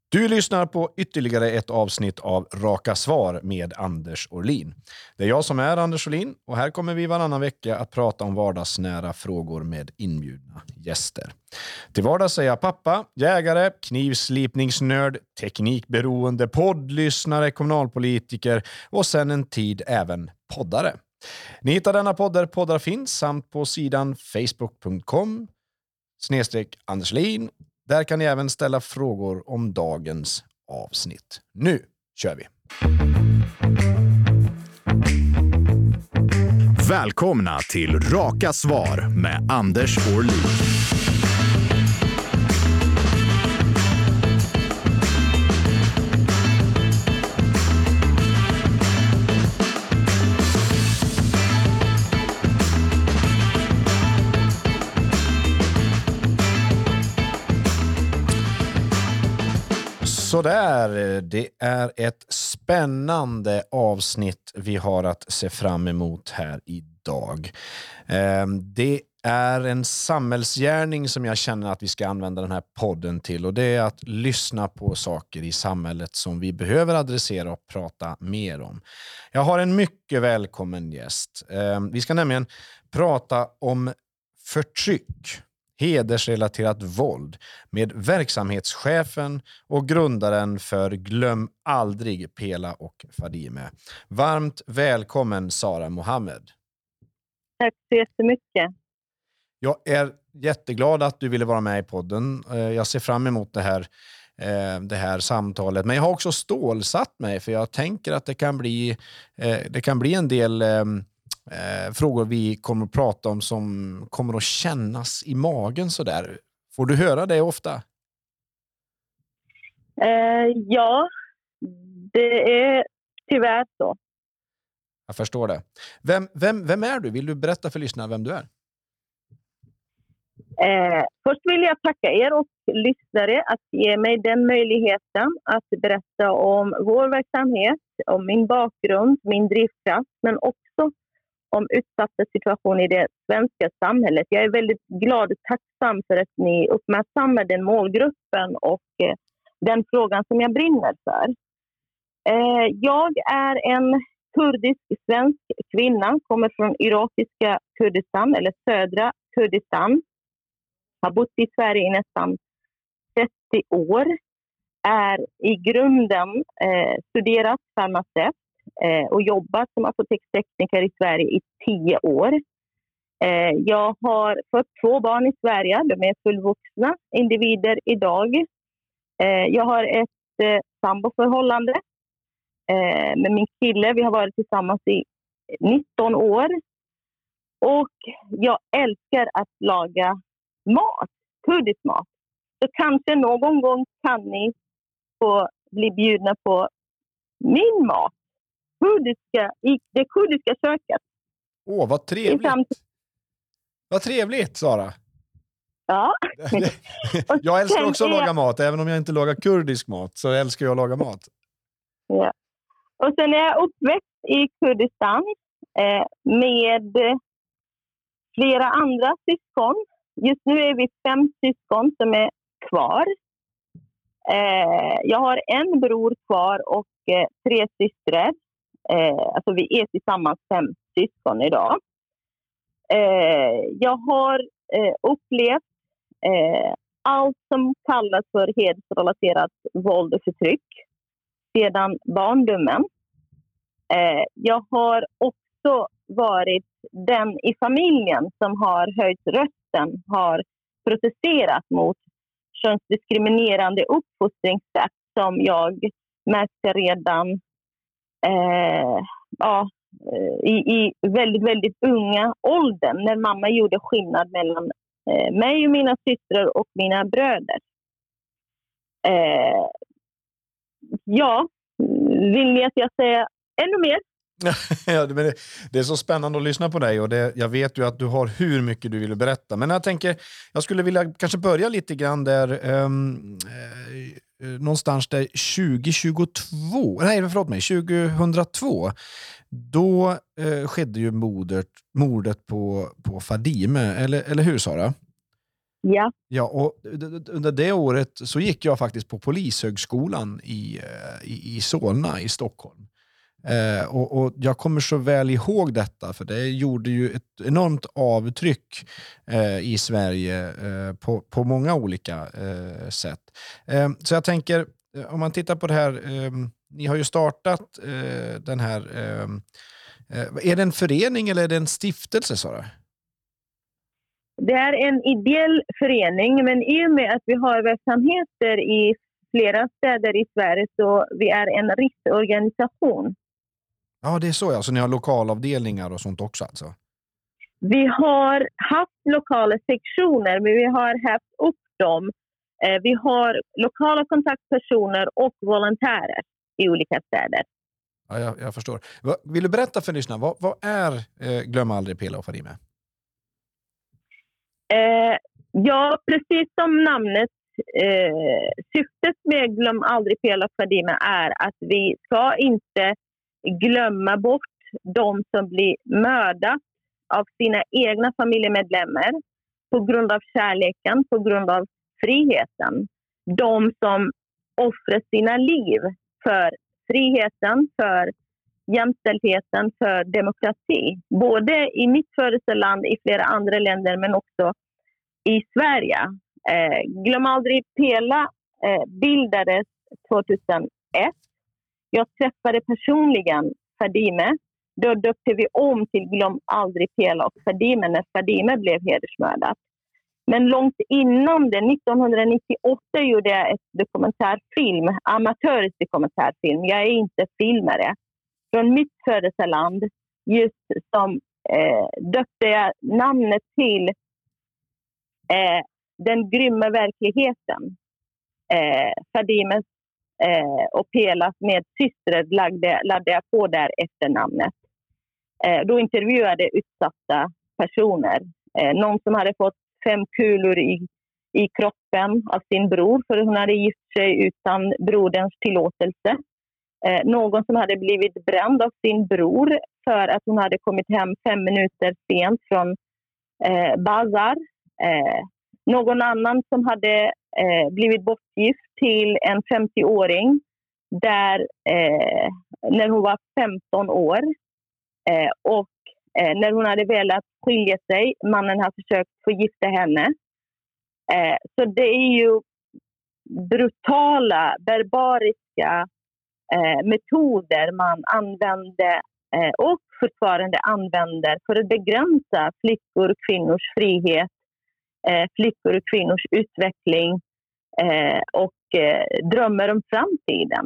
Du lyssnar på ytterligare ett avsnitt av Raka svar med Anders Orlin. Det är jag som är Anders Orlin och här kommer vi varannan vecka att prata om vardagsnära frågor med inbjudna gäster. Till vardags är jag pappa, jägare, knivslipningsnörd, teknikberoende, poddlyssnare, kommunalpolitiker och sen en tid även poddare. Ni hittar denna podd där poddar finns samt på sidan facebook.com/Anders Orlin. Där kan ni även ställa frågor om dagens avsnitt. Nu kör vi! Välkomna till Raka svar med Anders Orlin. Sådär, det är ett spännande avsnitt vi har att se fram emot här idag. Det är en samhällsgärning som jag känner att vi ska använda den här podden till, och det är att lyssna på saker i samhället som vi behöver adressera och prata mer om. Jag har en mycket välkommen gäst. Vi ska nämligen prata om förtryck, hedersrelaterat våld med verksamhetschefen och grundaren för Glöm aldrig Pela och Fadime. Varmt välkommen Sara Mohammed. Tack så jättemycket. Jag är jätteglad att du ville vara med i podden. Jag ser fram emot det här samtalet. Men jag har också stålsatt mig, för jag tänker att det kan bli en del frågor vi kommer att prata om som kommer att kännas i magen sådär. Får du höra det ofta? Ja, det är tyvärr så. Jag förstår det. Vem är du? Vill du berätta för lyssnarna vem du är? Först vill jag tacka er och lyssnare att ge mig den möjligheten att berätta om vår verksamhet, om min bakgrund, min drivkraft, men också om utsatta situationer i det svenska samhället. Jag är väldigt glad och tacksam för att ni uppmärksammar den målgruppen och den frågan som jag brinner för. Jag är en kurdisk svensk kvinna, kommer från irakiska Kurdistan eller södra Kurdistan. Har bott i Sverige i nästan 30 år. Är i grunden studerat farmaceut och jobbat som apotekstekniker i Sverige i 10 år. Jag har fått 2 barn i Sverige. De är fullvuxna individer idag. Jag har ett samboförhållande med min kille. Vi har varit tillsammans i 19 år. Och jag älskar att laga mat, kurdisk mat. Så kanske någon gång kan ni få bli bjudna på min mat. I det kurdiska köket. Åh, vad trevligt. Vad trevligt, Sara. Ja. Jag älskar också att laga mat. Även om jag inte lagar kurdisk mat så älskar jag att laga mat. Ja. Och sen är jag uppväxt i Kurdistan med flera andra syskon. Just nu är vi 5 syskon som är kvar. Jag har en bror kvar och 3 systrar. Alltså vi är tillsammans 5 syskon idag. Jag har upplevt allt som kallas för hedersrelaterat våld och förtryck sedan barndomen. Jag har också varit den i familjen som har höjt rösten, har protesterat mot könsdiskriminerande uppfostringssätt som jag märkte redan i väldigt, väldigt unga åldern, när mamma gjorde skillnad mellan mig och mina systrar och mina bröder. Vill ni att jag säger ännu mer? Ja, men det är så spännande att lyssna på dig, och jag vet ju att du har hur mycket du vill berätta. Men jag skulle vilja kanske börja lite grann där någonstans där 2002, då skedde ju mordet på Fadime, eller hur Sara? Ja. Ja, och under det året så gick jag faktiskt på Polishögskolan i Solna i Stockholm. Och jag kommer så väl ihåg detta, för det gjorde ju ett enormt avtryck i Sverige på många olika sätt. Så jag tänker, om man tittar på det här, ni har ju startat den här, är det en förening eller är det en stiftelse, Sara? Det är en ideell förening, men i och med att vi har verksamheter i flera städer i Sverige så vi är en riksorganisation. Ja, det är så, så ni har lokalavdelningar och sånt också alltså? Vi har haft lokala sektioner, men vi har haft upp dem. Vi har lokala kontaktpersoner och volontärer i olika städer. Ja, jag förstår. Vill du berätta för lyssnarna, vad är Glöm aldrig Pela och Fadime? Ja, precis som namnet. Syftet med Glöm aldrig Pela och Fadime är att vi ska inte glömma bort de som blir mördade av sina egna familjemedlemmar på grund av kärleken, på grund av friheten. De som offrar sina liv för friheten, för jämställdheten, för demokrati. Både i mitt födelseland, i flera andra länder, men också i Sverige. Glöm aldrig Pela bildades 2001. Jag träffade personligen Fadime. Då döpte vi om till Glöm aldrig Pela och Fadime när Fadime blev hedersmördad. Men långt innan det, 1998, gjorde jag ett dokumentärfilm, amatörisk dokumentärfilm. Jag är inte filmare. Från mitt födelseland, just som döpte jag namnet till den grymma verkligheten. Fadimes och Pelas med systrar lade jag på där efter namnet. Då intervjuade utsatta personer. Någon som hade fått 5 kulor i kroppen av sin bror för hon hade gift sig utan broderns tillåtelse. Någon som hade blivit bränd av sin bror för att hon hade kommit hem 5 minuter sent från bazar. Någon annan som hade blivit bortgift till en 50-åring där när hon var 15 år. Och när hon hade velat skilja sig, mannen har försökt förgifta henne. Så det är ju brutala, barbariska metoder man använde och fortfarande använder för att begränsa flickor och kvinnors frihet, flickor och kvinnors utveckling och drömmar om framtiden.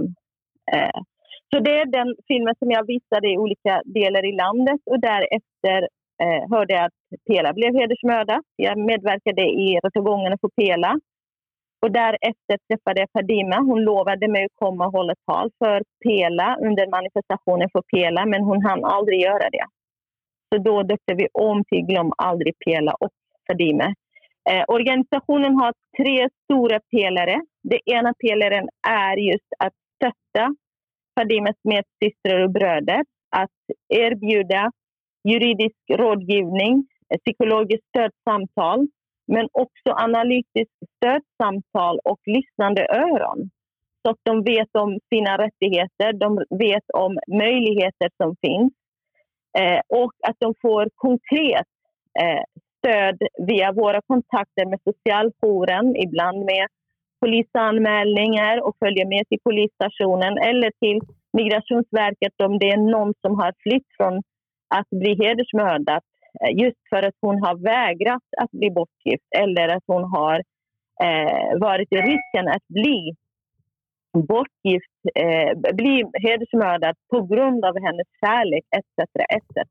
Så det är den filmen som jag visade i olika delar i landet och därefter hörde jag att Pela blev hedersmördad. Jag medverkade i rättegångarna för Pela. Och därefter träffade jag Fadime. Hon lovade mig att komma och hålla tal för Pela under manifestationen för Pela, men hon hann aldrig göra det. Så då döpte vi om till Glöm aldrig Pela och Fadime. Organisationen har 3 stora pelare. Den ena pelaren är just att stötta Fadimes medsystrar och bröder, att erbjuda juridisk rådgivning, psykologiskt stödsamtal, men också analytiskt stödsamtal och lyssnande öron. Så att de vet om sina rättigheter, de vet om möjligheter som finns och att de får konkret stöd via våra kontakter med socialjouren, ibland med polisanmälningar och följer med till polisstationen eller till Migrationsverket om det är någon som har flytt från att bli hedersmördad just för att hon har vägrat att bli bortgift eller att hon har varit i risken att bli bortgift, bli hedersmördad på grund av hennes kärlek etc. etc.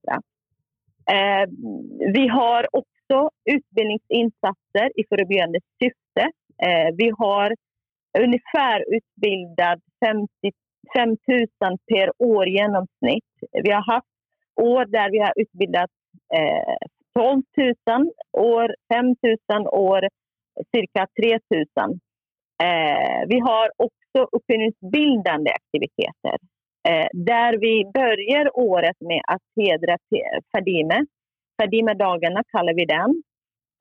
Vi har också utbildningsinsatser i förebyggande syfte. Vi har ungefär utbildat 5 000 per år genomsnitt. Vi har haft år där vi har utbildat 12 000 år, 5 000 år, cirka 3 000. Vi har också utbildningsbildande aktiviteter där vi börjar året med att hedra Fadime. Fadime-dagarna kallar vi den.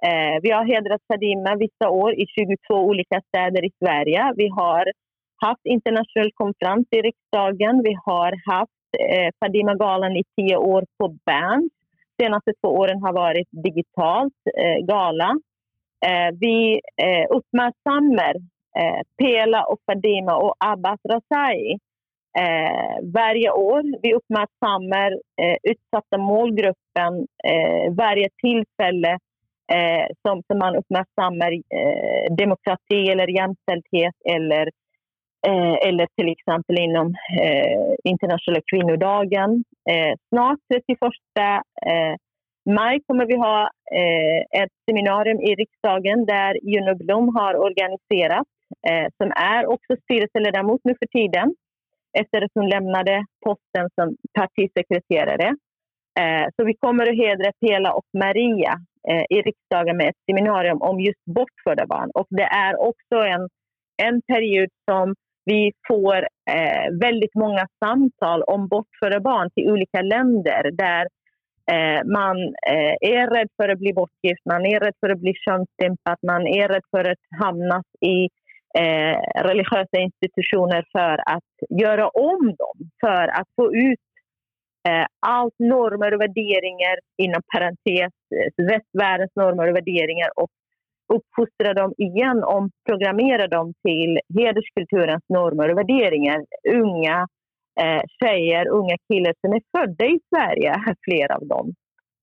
Vi har hedrat Fadime vissa år i 22 olika städer i Sverige. Vi har haft internationell konferens i riksdagen. Vi har haft Fadime-galan i 10 år på Berns. De senaste 2 åren har varit digitalt gala. Vi uppmärksammar Pela och Fadime och Abbas Razai varje år. Vi uppmärksammar utsatta målgruppen varje tillfälle som man uppmärksammar demokrati eller jämställdhet eller till exempel inom internationella kvinnodagen. Snart 31 maj kommer vi ha ett seminarium i riksdagen där Juno Blom har organiserat, som är också styrelseledamot nu för tiden efter att hon lämnade posten som partisekreterare. Så vi kommer att hedra Pela och Maria i riksdagen med ett seminarium om just bortförda barn. Och det är också en period som vi får väldigt många samtal om bortförda barn till olika länder där man är rädd för att bli bortgift, man är rädd för att bli könsstympad, man är rädd för att hamna i religiösa institutioner för att göra om dem, för att få ut allt normer och värderingar inom parentes, västvärldens normer och värderingar och uppfostra dem igen, omprogrammera dem till hederskulturens normer och värderingar. Unga tjejer, unga killar som är födda i Sverige, flera av dem.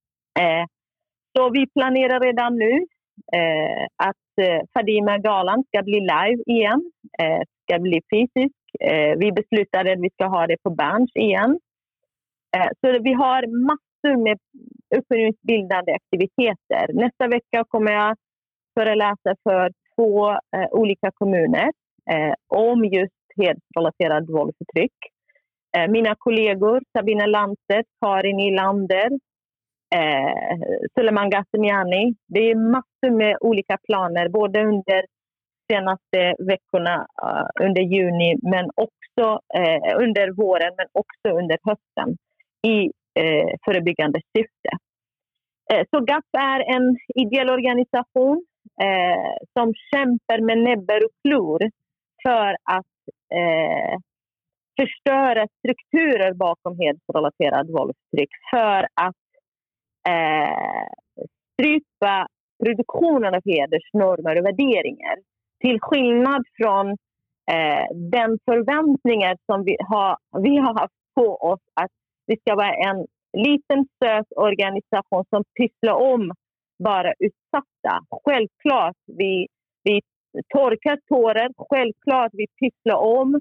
Så vi planerar redan nu att Fadime-galan ska bli live igen, ska bli fysisk. Vi beslutade att vi ska ha det på Berns igen. Så vi har massor med opinionsbildande aktiviteter. Nästa vecka kommer jag föreläsa för 2 olika kommuner om just hedersrelaterad våld och förtryck. Mina kollegor Sabina Lantet, Karin Nylander, Suleiman Ghassemiani. Det är massor med olika planer både under senaste veckorna under juni men också under våren men också under hösten i förebyggande syfte. Så GAP är en ideell organisation som kämpar med näbbar och klor för att förstöra strukturer bakom hedersrelaterad våld och förtryck, för att strypa produktionen av hedersnormer och värderingar. Till skillnad från den förväntningar som vi har haft på oss att vi ska vara en liten söt organisation som pysslar om bara utsatta. Självklart vi torkar tårar, självklart vi pysslar om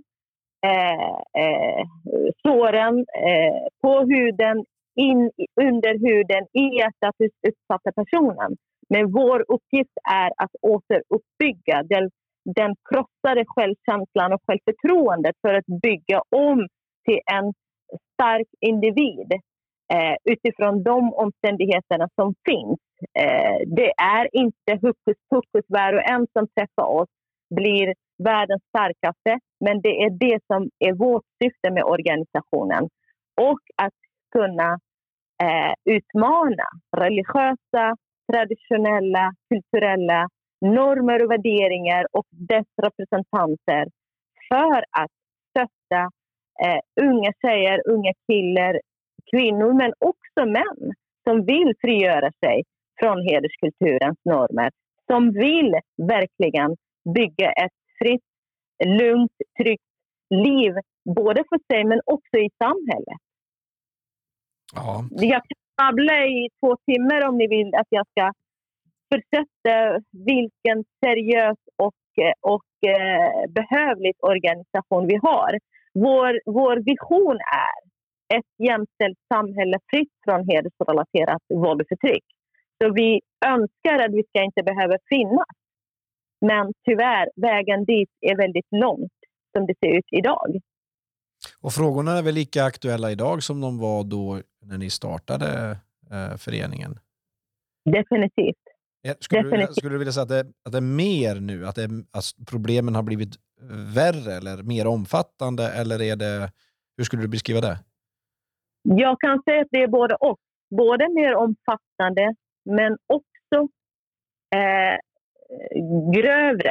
såren på huden, under huden, i hjärtat hos utsatta personen. Men vår uppgift är att återuppbygga den krossade självkänslan och självförtroendet för att bygga om till en stark individ utifrån de omständigheterna som finns. Det är inte hokus pokus, var och en som träffar oss blir världens starkaste, men det är det som är vårt syfte med organisationen. Och att kunna utmana religiösa, traditionella, kulturella normer och värderingar och dess representanter för att stötta unga tjejer, unga killar, kvinnor men också män som vill frigöra sig från hederskulturens normer, som vill verkligen bygga ett fritt, lugnt, tryggt liv både för sig men också i samhället. Ja. Jag kan babbla i 2 timmar om ni vill att jag ska fortsätta vilken seriös och behövlig organisation vi har. Vår vision är ett jämställt samhälle fritt från hedersrelaterat våld och förtryck. Så vi önskar att vi ska inte behöva finnas. Men tyvärr, vägen dit är väldigt långt som det ser ut idag. Och frågorna är väl lika aktuella idag som de var då när ni startade föreningen? Definitivt. Skulle du vilja säga att det är mer nu? Att problemen har blivit värre eller mer omfattande? Eller hur skulle du beskriva det? Jag kan säga att det är både och. Både mer omfattande men också grövre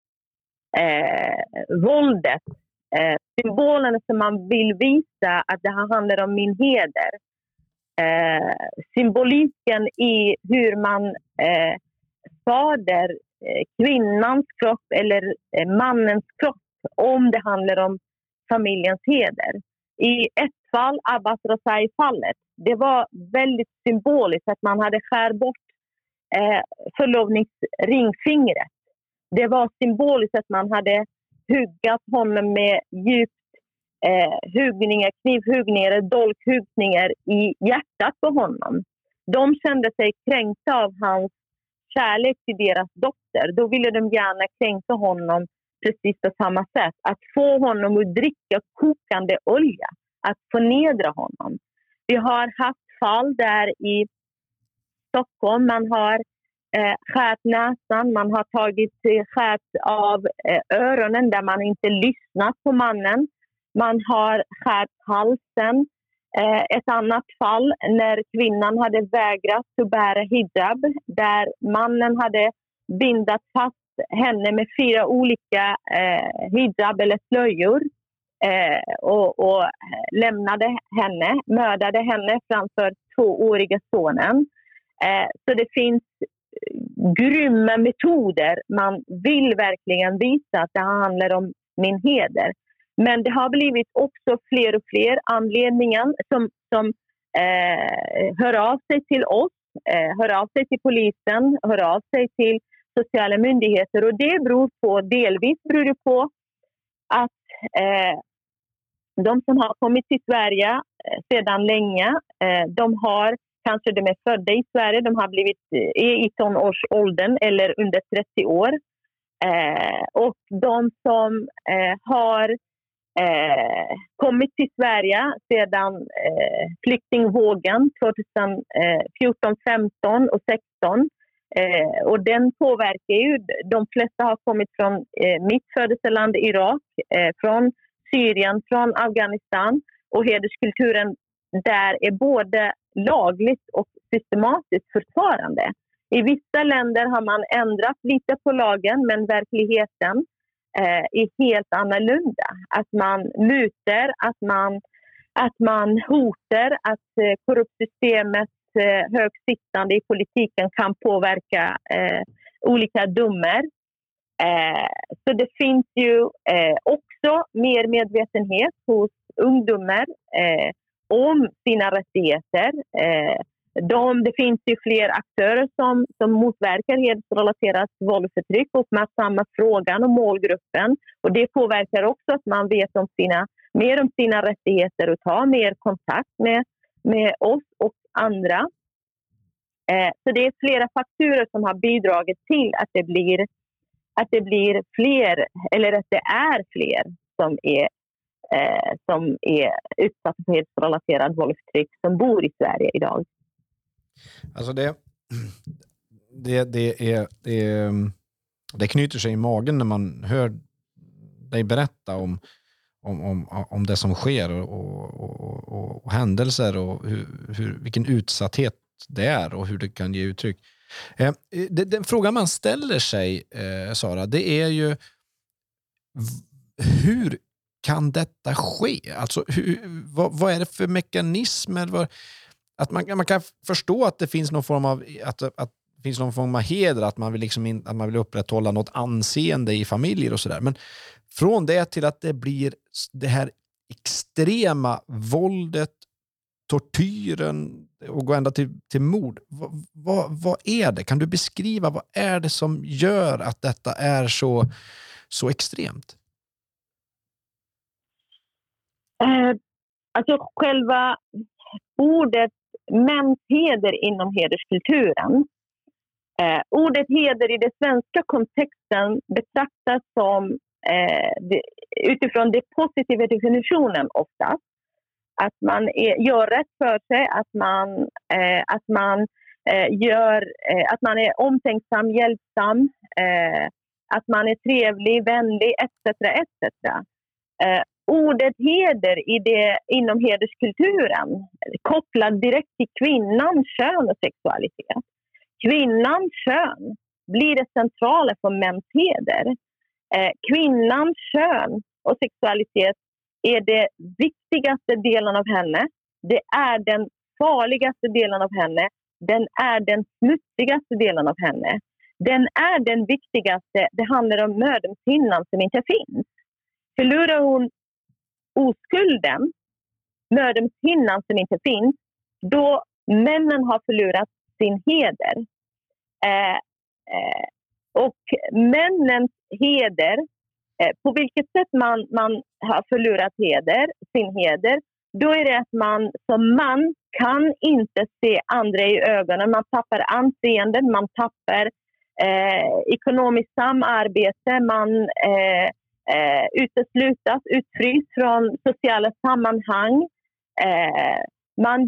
våldet, symbolerna som man vill visa att det här handlar om min heder, symboliken i hur man skadar kvinnans kropp eller mannens kropp om det handlar om familjens heder. I ett fall, Abbas Rozai-fallet, det var väldigt symboliskt att man hade skär bort förlovningsringfingret. Det var symboliskt att man hade huggat honom med djupt huggningar, knivhuggningar, dolkhuggningar i hjärtat på honom. De kände sig kränkta av hans kärlek till deras dotter. Då ville de gärna kränka honom precis på samma sätt. Att få honom att dricka kokande olja. Att förnedra honom. Vi har haft fall där i Stockholm man har skärt näsan, man har skärt av öronen där man inte lyssnat på mannen. Man har skärt halsen. Ett annat fall när kvinnan hade vägrat att bära hijab, där mannen hade bindat fast henne med 4 olika hijab eller slöjor och lämnade henne, mördade henne framför 2-åriga sonen. Så det finns grymma metoder. Man vill verkligen visa att det handlar om min heder. Men det har blivit också fler och fler anledningar som hör av sig till oss, hör av sig till polisen, hör av sig till sociala myndigheter. Och det delvis beror det på att de som har kommit till Sverige sedan länge, kanske de är födda i Sverige, de har blivit i tonårsåldern eller under 30 år. Och de som har kommit till Sverige sedan flyktingvågen 2014, 15 och 16. Och den påverkar ju, de flesta har kommit från mitt födelseland Irak, från Syrien, från Afghanistan, och hederskulturen där är både lagligt och systematiskt fortfarande. I vissa länder har man ändrat lite på lagen, men verkligheten är helt annorlunda. Att man muter, att man hotar, att korruptsystemet högsittande i politiken kan påverka olika domar. Så det finns ju också mer medvetenhet hos ungdomar om sina rättigheter. Det finns ju fler aktörer som motverkar hedersrelaterat våld och förtryck och uppmärksammar frågan och målgruppen. Och det påverkar också att man vet mer om sina rättigheter och tar mer kontakt med oss och andra. Så det är flera faktorer som har bidragit till att det blir fler, eller att det är fler som är utsatta för hedersrelaterat våld och förtryck som bor i Sverige idag. Alltså det knyter sig i magen när man hör dig berätta om det som sker och händelser och vilken utsatthet det är och hur det kan ge uttryck. Den frågan man ställer sig, Sara, det är ju hur kan detta ske? Alltså vad är det för mekanismer? Att man kan förstå att det finns någon form av finns någon form av heder, att man vill upprätthålla något anseende i familjer och sådär. Men från det till att det blir det här extrema våldet, tortyren och gå ända till mord. Vad är det? Kan du beskriva vad är det som gör att detta är så extremt? Alltså själva ordet mäns heder inom hederskulturen. Ordet heder i den svenska kontexten betraktas som utifrån den positiva definitionen oftast. Att man gör rätt för sig, att man är omtänksam, hjälpsam, att man är trevlig, vänlig, etc. Ordet heder inom hederskulturen kopplat direkt till kvinnans kön och sexualitet. Kvinnans kön blir det centrala för mäns heder. Kvinnans kön och sexualitet är det viktigaste delen av henne. Det är den farligaste delen av henne. Den är den smutsigaste delen av henne. Den är den viktigaste. Det handlar om mödomshinnan som inte finns. Förlorar hon oskulden, mödomshinnan som inte finns, då männen har förlorat sin heder. Och männens heder, på vilket sätt man har förlorat sin heder, då är det att man som man kan inte se andra i ögonen. Man tappar anseende, man tappar ekonomiskt samarbete, man uteslutas, utfryst från sociala sammanhang. Man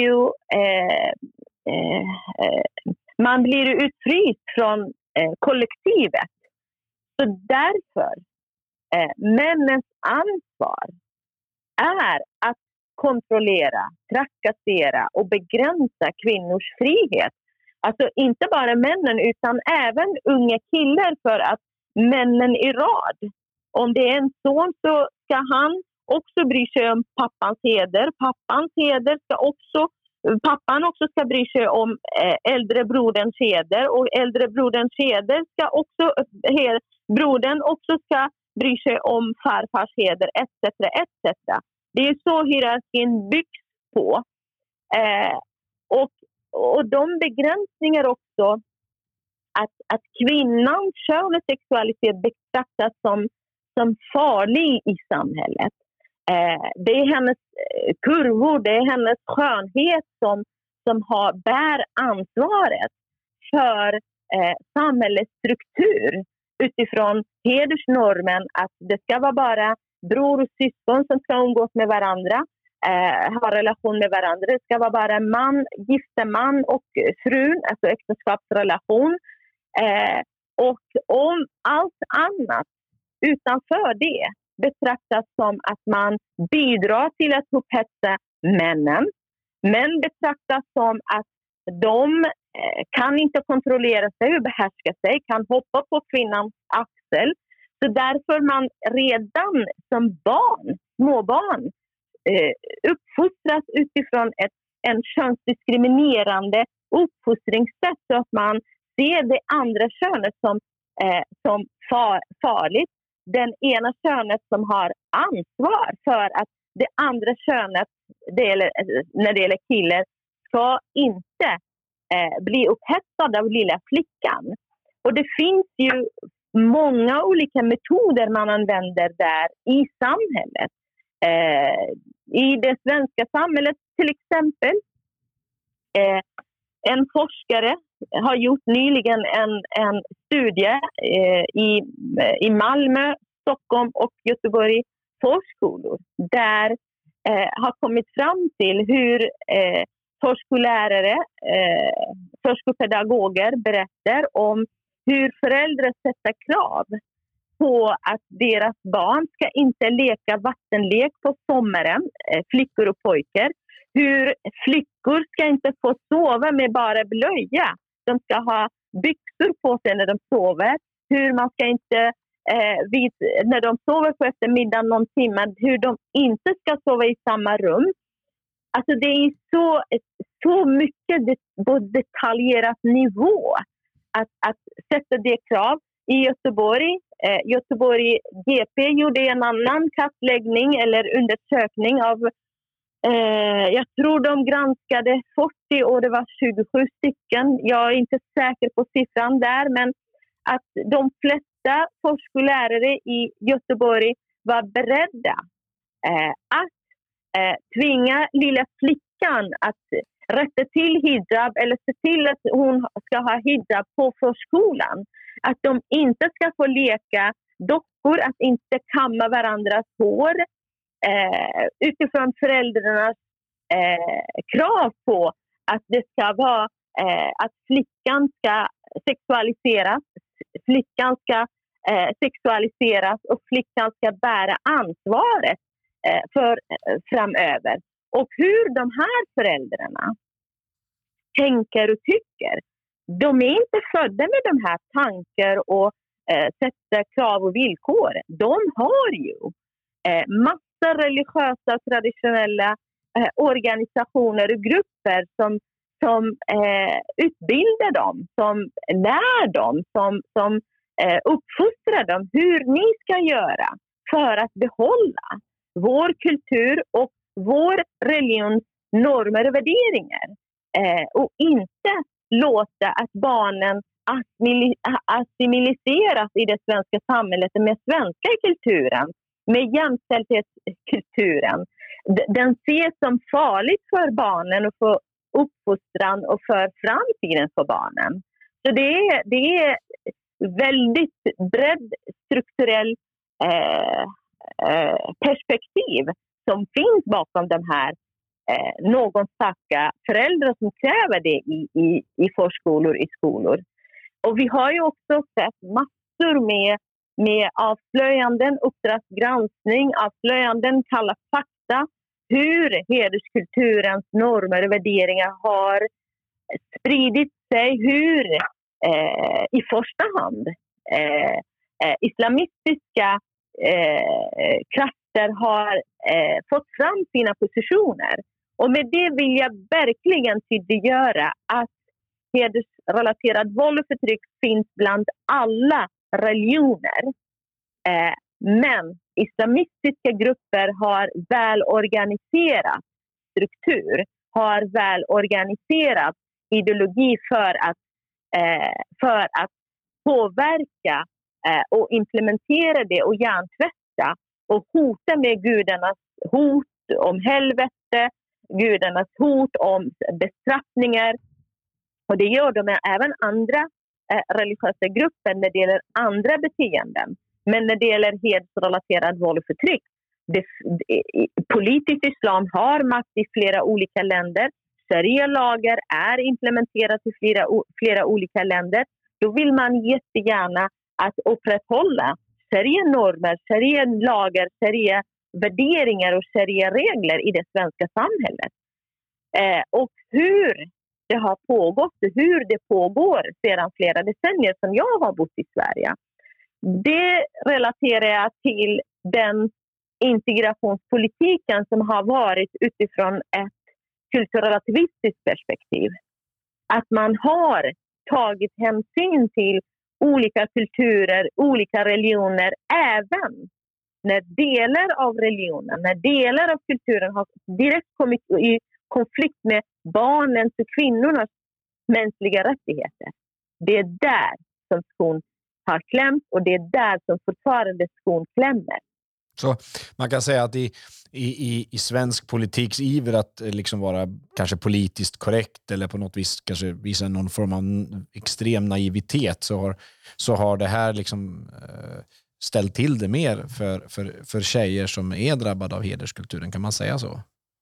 blir utfryst från kollektivet. Så därför männens ansvar är att kontrollera, trakassera och begränsa kvinnors frihet. Alltså inte bara männen utan även unga killar, för att männen i rad. Om det är en son så ska han också bry sig om pappans heder. Pappan också ska bry sig om äldre broderns heder, och äldre broderns heder ska också brodern också ska bry sig om farfars heder, etc. Det är så hierarkin byggs på. Och de begränsningar också att kvinnans kön och sexualitet betraktas som farlig i samhället. Det är hennes kurvor, det är hennes skönhet som bär ansvaret för samhällets struktur utifrån hedersnormen att det ska vara bara bror och syskon som ska umgås med varandra, ha relation med varandra. Det ska vara bara gifte man och frun, alltså äktenskapsrelation. Och om allt annat utanför det betraktas som att man bidrar till att upphetsa männen. Män betraktas som att de kan inte kontrollera sig och behärska sig, kan hoppa på kvinnans axel. Så därför man redan som småbarn uppfostras utifrån en könsdiskriminerande uppfostringssätt, så att man ser det andra könet som farligt. Den ena könet som har ansvar för att det andra könet, när det gäller killar, ska inte bli upphetsad av lilla flickan. Och det finns ju många olika metoder man använder där i samhället. I det svenska samhället till exempel. En forskare har gjort nyligen en studie i Malmö, Stockholm och Göteborg förskolor, där har kommit fram till hur förskollärare, förskopedagoger berättar om hur föräldrar sätter krav på att deras barn ska inte leka vattenlek på sommaren, flickor och pojkar. Hur flickor ska inte få sova med bara blöja. De ska ha byxor på sig när de sover. Hur man ska inte, när de sover på eftermiddagen någon timme, hur de inte ska sova i samma rum. Alltså det är så mycket på detaljerat nivå att sätta det krav. I Göteborg GP gjorde en annan kartläggning eller undersökning av jag tror de granskade 40 och det var 27 stycken. Jag är inte säker på siffran där, men att de flesta förskollärare i Göteborg var beredda att tvinga lilla flickan att rätta till hijab eller se till att hon ska ha hijab på förskolan. Att de inte ska få leka dockor, att inte kamma varandras hår. Utifrån föräldrarnas krav på att det ska vara att flickan ska sexualiseras, och flickan ska bära ansvaret för framöver. Och hur de här föräldrarna tänker och tycker, de är inte födda med de här tankar och sätta krav och villkor. De har ju massa religiösa och traditionella organisationer och grupper som utbildar dem, som lär dem, som uppfostrar dem hur ni ska göra för att behålla vår kultur och vår religions normer och värderingar. Och inte låta att barnen assimiliseras i det svenska samhället med svenska kulturen, med jämställdhetskulturen. Den ses som farligt för barnen och för uppfostran och för framtiden för barnen. Så det är väldigt bredd strukturell perspektiv som finns bakom de här någon starka föräldrar som kräver det i förskolor, i skolor. Och vi har ju också sett massor med avslöjanden, uppdragsgranskning, avslöjanden, kalla fakta, hur hederskulturens normer och värderingar har spridit sig, hur i första hand islamistiska krafter har fått fram sina positioner. Och med det vill jag verkligen tydliggöra att hedersrelaterad våld och förtryck finns bland alla religioner. Men islamistiska grupper har väl organiserat struktur, har väl organiserat ideologi för att påverka och implementera det och hjärntvätta och hota med gudarnas hot om helvete, gudarnas hot om bestraffningar. Och det gör de med även andra religiösa grupper när det gäller andra beteenden. Men när det gäller hedersrelaterad våld och förtryck, politisk islam har makt i flera olika länder. Sharia-lagar är implementerat i flera olika länder. Då vill man jättegärna att upprätthålla sharia-normer, sharia-lagar, sharia-värderingar och sharia-regler i det svenska samhället. Och hur det har pågått och hur det pågår sedan flera decennier som jag har bott i Sverige. Det relaterar jag till den integrationspolitiken som har varit utifrån ett kulturrelativistiskt perspektiv. Att man har tagit hänsyn till olika kulturer, olika religioner, även när delar av religionen, när delar av kulturen har direkt kommit i konflikt med barnens och kvinnornas mänskliga rättigheter. Det är där som skon har klämt och det är där som fortfarande skon klämmer. Så man kan säga att i svensk politiks iver att liksom vara kanske politiskt korrekt eller på något vis kanske visa någon form av extrem naivitet så har det här liksom ställt till det mer för tjejer som är drabbade av hederskulturen, kan man säga så?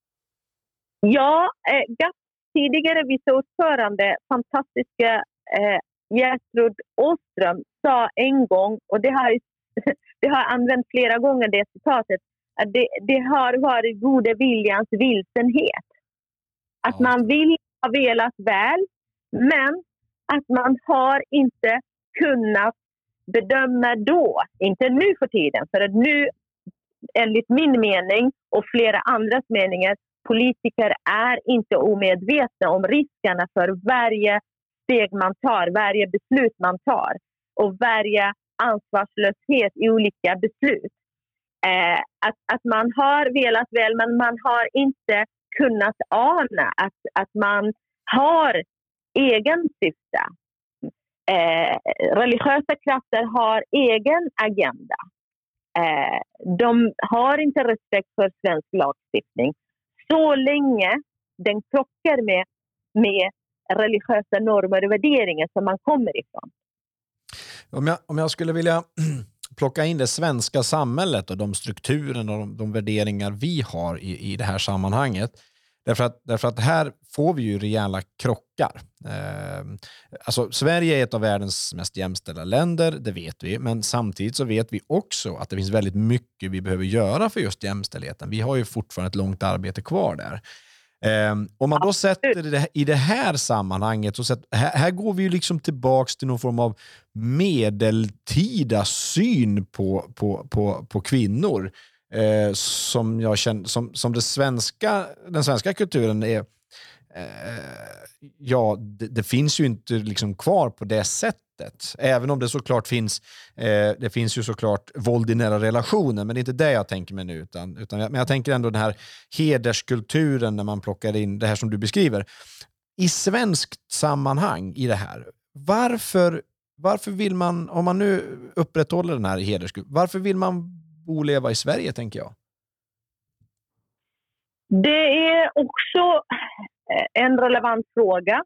Ja, GAP tidigare vice ordförande, fantastiska Gertrud Åström sa en gång, och det har använt flera gånger det citatet, att det har varit goda viljans vilsenhet. Att man vill ha velat väl, men att man har inte kunnat bedöma då, inte nu för tiden, för att nu enligt min mening och flera andras meningar, politiker är inte omedvetna om riskerna för varje steg man tar, varje beslut man tar och varje ansvarslöshet i olika beslut. Att man har velat väl, men man har inte kunnat ana att man har egen syfte. Religiösa krafter har egen agenda. De har inte respekt för svensk lagstiftning. Så länge den krockar med religiösa normer och värderingar som man kommer ifrån. Om jag skulle vilja plocka in det svenska samhället och de strukturer och de värderingar vi har i det här sammanhanget. Därför att här får vi ju rejäla krockar. Alltså Sverige är ett av världens mest jämställda länder, det vet vi. Men samtidigt så vet vi också att det finns väldigt mycket vi behöver göra för just jämställdheten. Vi har ju fortfarande ett långt arbete kvar där. Om man då sätter det i det här sammanhanget, så här går vi ju liksom tillbaks till någon form av medeltida syn på kvinnor, som jag känner som den svenska kulturen är. Ja, det finns ju inte liksom kvar på det sättet. Även om det såklart finns det finns ju såklart våld i nära relationer, men det är inte det jag tänker mig nu, utan men jag tänker ändå den här hederskulturen, när man plockar in det här som du beskriver i svenskt sammanhang i det här. Varför vill man, om man nu upprätthåller den här hederskulturen, varför vill man bo och leva i Sverige, tänker jag? Det är också en relevant fråga.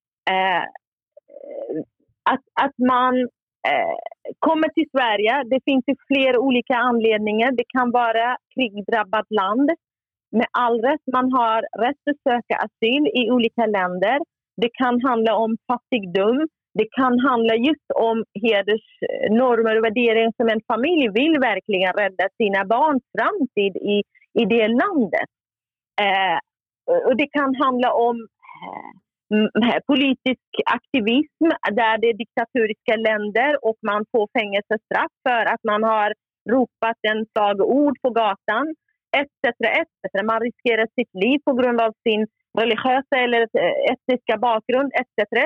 Att man kommer till Sverige, det finns ju flera olika anledningar. Det kan vara krigdrabbat land. Med all rätt, man har rätt att söka asyl i olika länder. Det kan handla om fattigdom. Det kan handla just om hedersnormer och värderingar som en familj vill verkligen rädda sina barns framtid i det landet. Och det kan handla om politisk aktivism där det är diktatoriska länder och man får fängelsestraff för att man har ropat en slagord på gatan, etc. Man riskerar sitt liv på grund av sin religiösa eller etniska bakgrund, etc.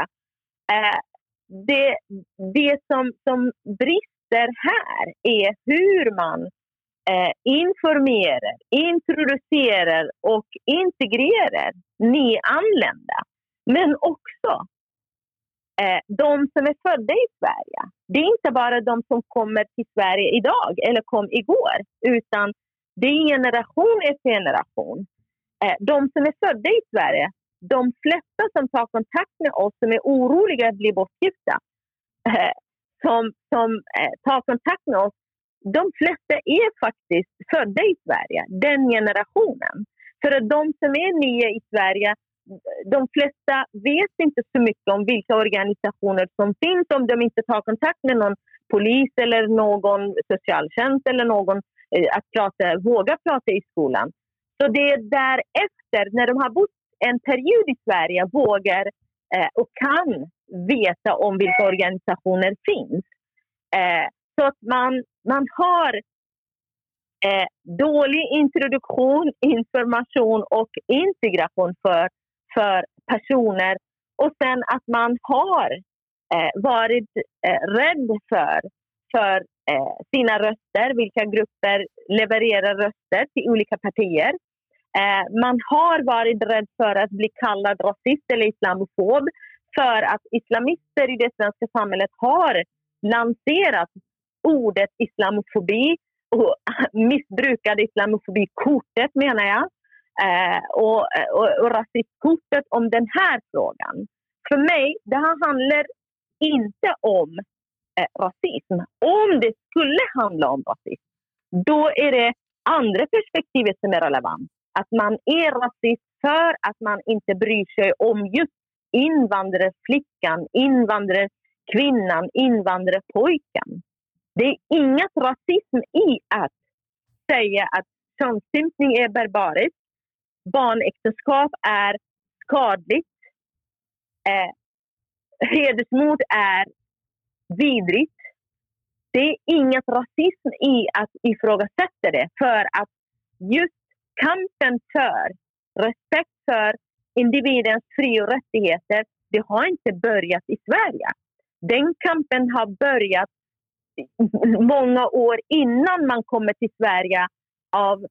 Det som brister här är hur man informerar, introducerar och integrerar nyanlända. Men också de som är födda i Sverige. Det är inte bara de som kommer till Sverige idag eller kom igår, utan det är generation efter generation. De som är födda i Sverige, de flesta som tar kontakt med oss, som är oroliga att bli bortgifta, som tar kontakt med oss, de flesta är faktiskt födda i Sverige, den generationen. För att de som är nya i Sverige, de flesta vet inte så mycket om vilka organisationer som finns, om de inte tar kontakt med någon polis eller någon socialtjänst eller någon att våga prata i skolan. Så det är därefter, när de har bott en period i Sverige, vågar och kan veta om vilka organisationer finns. Så att man har dålig introduktion, information och integration för personer. Och sen att man har varit rädd för sina röster, vilka grupper levererar röster till olika partier. Man har varit rädd för att bli kallad rasist eller islamofob, för att islamister i det svenska samhället har lanserat ordet islamofobi och missbrukade islamofobikortet, menar jag, och rasistkortet om den här frågan. För mig, det här handlar inte om rasism. Om det skulle handla om rasism, då är det andra perspektivet som är relevant. Att man är rasist för att man inte bryr sig om just invandrarflickan, invandrarkvinnan, invandrarpojken. Det är inget rasism i att säga att könsstympning är barbariskt, barnäktenskap är skadligt, hedersmord är vidrigt. Det är inget rasism i att ifrågasätta det, för att just kampen för respekt för individens fri- och rättigheter, det har inte börjat i Sverige. Den kampen har börjat många år innan man kommer till Sverige av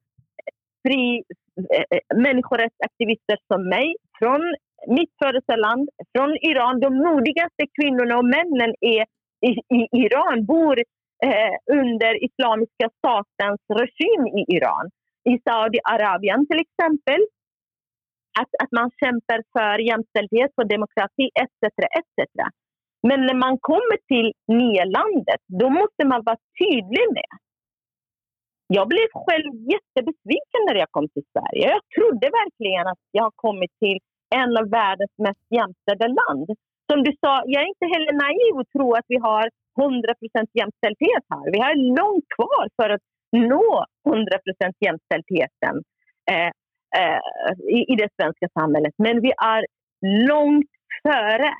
människorättsaktivister som mig från mitt födelseland, från Iran. De modigaste kvinnorna och männen är i Iran, bor under islamiska statens regim i Iran. I Saudiarabien till exempel. Att man kämpar för jämställdhet och demokrati, etc. Men när man kommer till nya landet, då måste man vara tydlig med. Jag blev själv jättebesviken när jag kom till Sverige. Jag trodde verkligen att jag har kommit till en av världens mest jämställda land. Som du sa, jag är inte heller naiv och tror att vi har 100% jämställdhet här. Vi har långt kvar för att nå 100% jämställdheten. i det svenska samhället. Men vi är långt före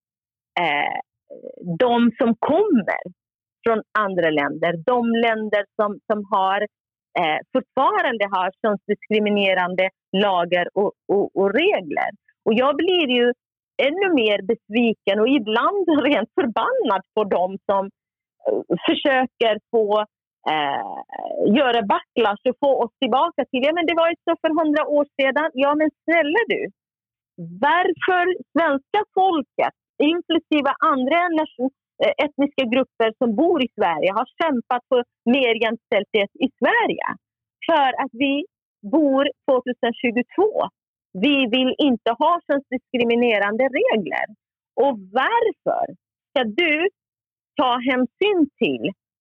de som kommer från andra länder. De länder som har fortfarande har könsdiskriminerande lagar och regler. Och jag blir ju ännu mer besviken och ibland rent förbannad på dem som försöker få göra backlash och få oss tillbaka till men det var ju så för 100 år sedan. Ja, men snälla du. Varför svenska folket, inklusive andra etniska grupper som bor i Sverige, har kämpat för mer jämställdhet i Sverige? För att vi bor 2022. Vi vill inte ha könsdiskriminerande regler. Och varför ska du ta hänsyn till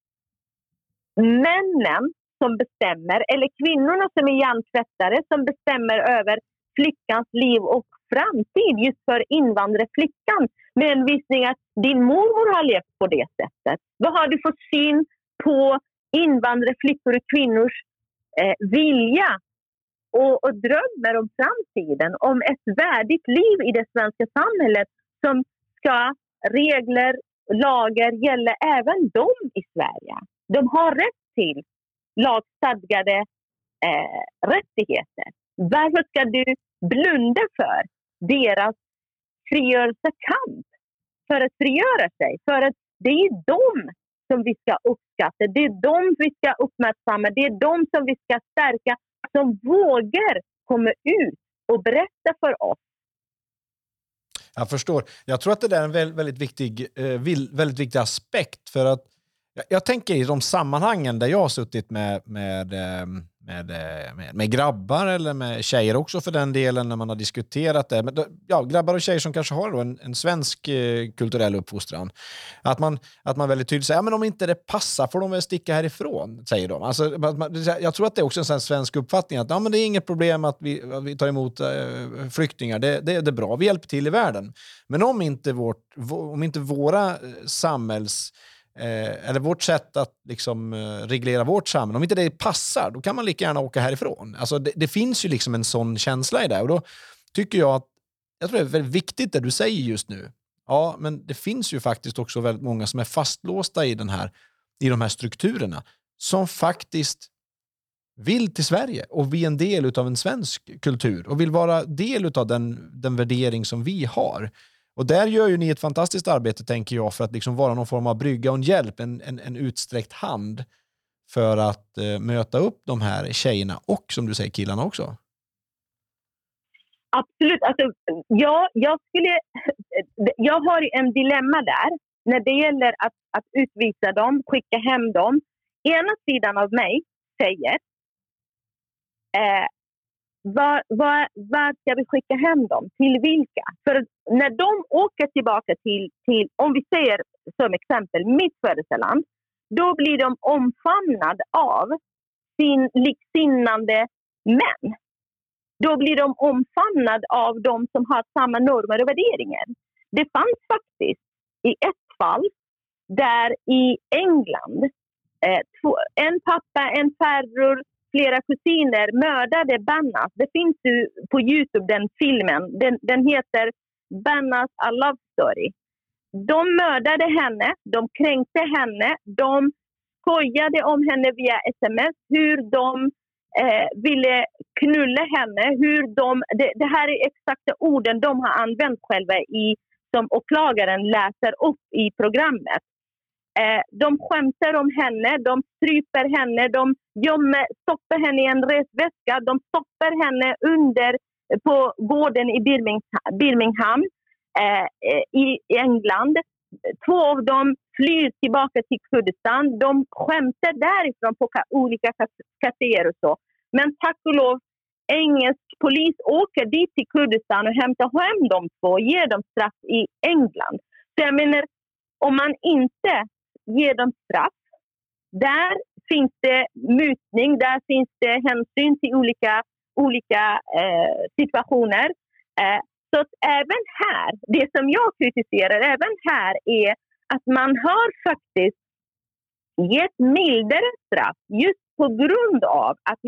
männen som bestämmer, eller kvinnorna som är hjärntvättare som bestämmer över flickans liv och framtid just för invandrarflickan, med en visning att din mormor har levt på det sättet? Vad har du för syn på invandrarflickor och kvinnors vilja och drömmer om framtiden, om ett värdigt liv i det svenska samhället, som ska regler, lagar gälla även dem i Sverige? De har rätt till lagstadgade rättigheter. Varför ska du blunda för deras frigörelsekamp för att frigöra sig? För att det är dem som vi ska uppskatta, det är dem vi ska uppmärksamma, det är dem som vi ska stärka, som vågar komma ut och berätta för oss. Jag förstår. Jag tror att det där är en väldigt viktig aspekt, för att jag tänker i de sammanhangen där jag har suttit med grabbar eller med tjejer också för den delen, när man har diskuterat det. Men grabbar och tjejer som kanske har då en svensk kulturell uppfostran. Att man väldigt tydligt säger, men om inte det passar får de väl sticka härifrån, säger de. Alltså, jag tror att det är också en sån svensk uppfattning att men det är inget problem att vi tar emot flyktingar. Det är bra, vi hjälper till i världen. Men om inte våra eller vårt sätt att liksom reglera vårt samhälle, om inte det passar, då kan man lika gärna åka härifrån. Alltså det finns ju liksom en sån känsla i det, och då tycker jag tror det är väldigt viktigt det du säger just nu. Ja, men det finns ju faktiskt också väldigt många som är fastlåsta i de här strukturerna, som faktiskt vill till Sverige och bli en del av en svensk kultur och vill vara del av den värdering som vi har. Och där gör ju ni ett fantastiskt arbete, tänker jag, för att liksom vara någon form av brygga och en hjälp, en utsträckt hand för att möta upp de här tjejerna och, som du säger, killarna också. Absolut. Alltså, jag har en dilemma där när det gäller att utvisa dem, skicka hem dem. Ena sidan av mig säger var ska vi skicka hem dem? Till vilka? För när de åker tillbaka till om vi säger som exempel mitt födelseland, då blir de omfamnade av sin liksinnande män. Då blir de omfamnade av de som har samma normer och värderingar. Det fanns faktiskt i ett fall där i England en pappa, en farbror, flera kusiner mördade Bannas. Det finns ju på YouTube den filmen. Den heter Bannas A Love Story. De mördade henne, de kränkte henne, de skojade om henne via sms, hur de ville knulla henne, det här är exakta orden de har använt själva som åklagaren läser upp i programmet. De skämtar om henne, de stryper henne, de stoppar henne i en resväska, de stoppar henne på gården i Birmingham i England. 2 av dem flyr tillbaka till Kurdistan. De skämtar därifrån på olika kaféer och så. Men tack och lov, engelsk polis åker dit till Kurdistan och hämtar hem de 2 och ger dem straff i England. Så jag menar, om man inte ger dem straff, där finns det mutning, där finns det hänsyn till olika situationer. Så att även här, det som jag kritiserar även här är att man har faktiskt gett mildare straff just på grund av att man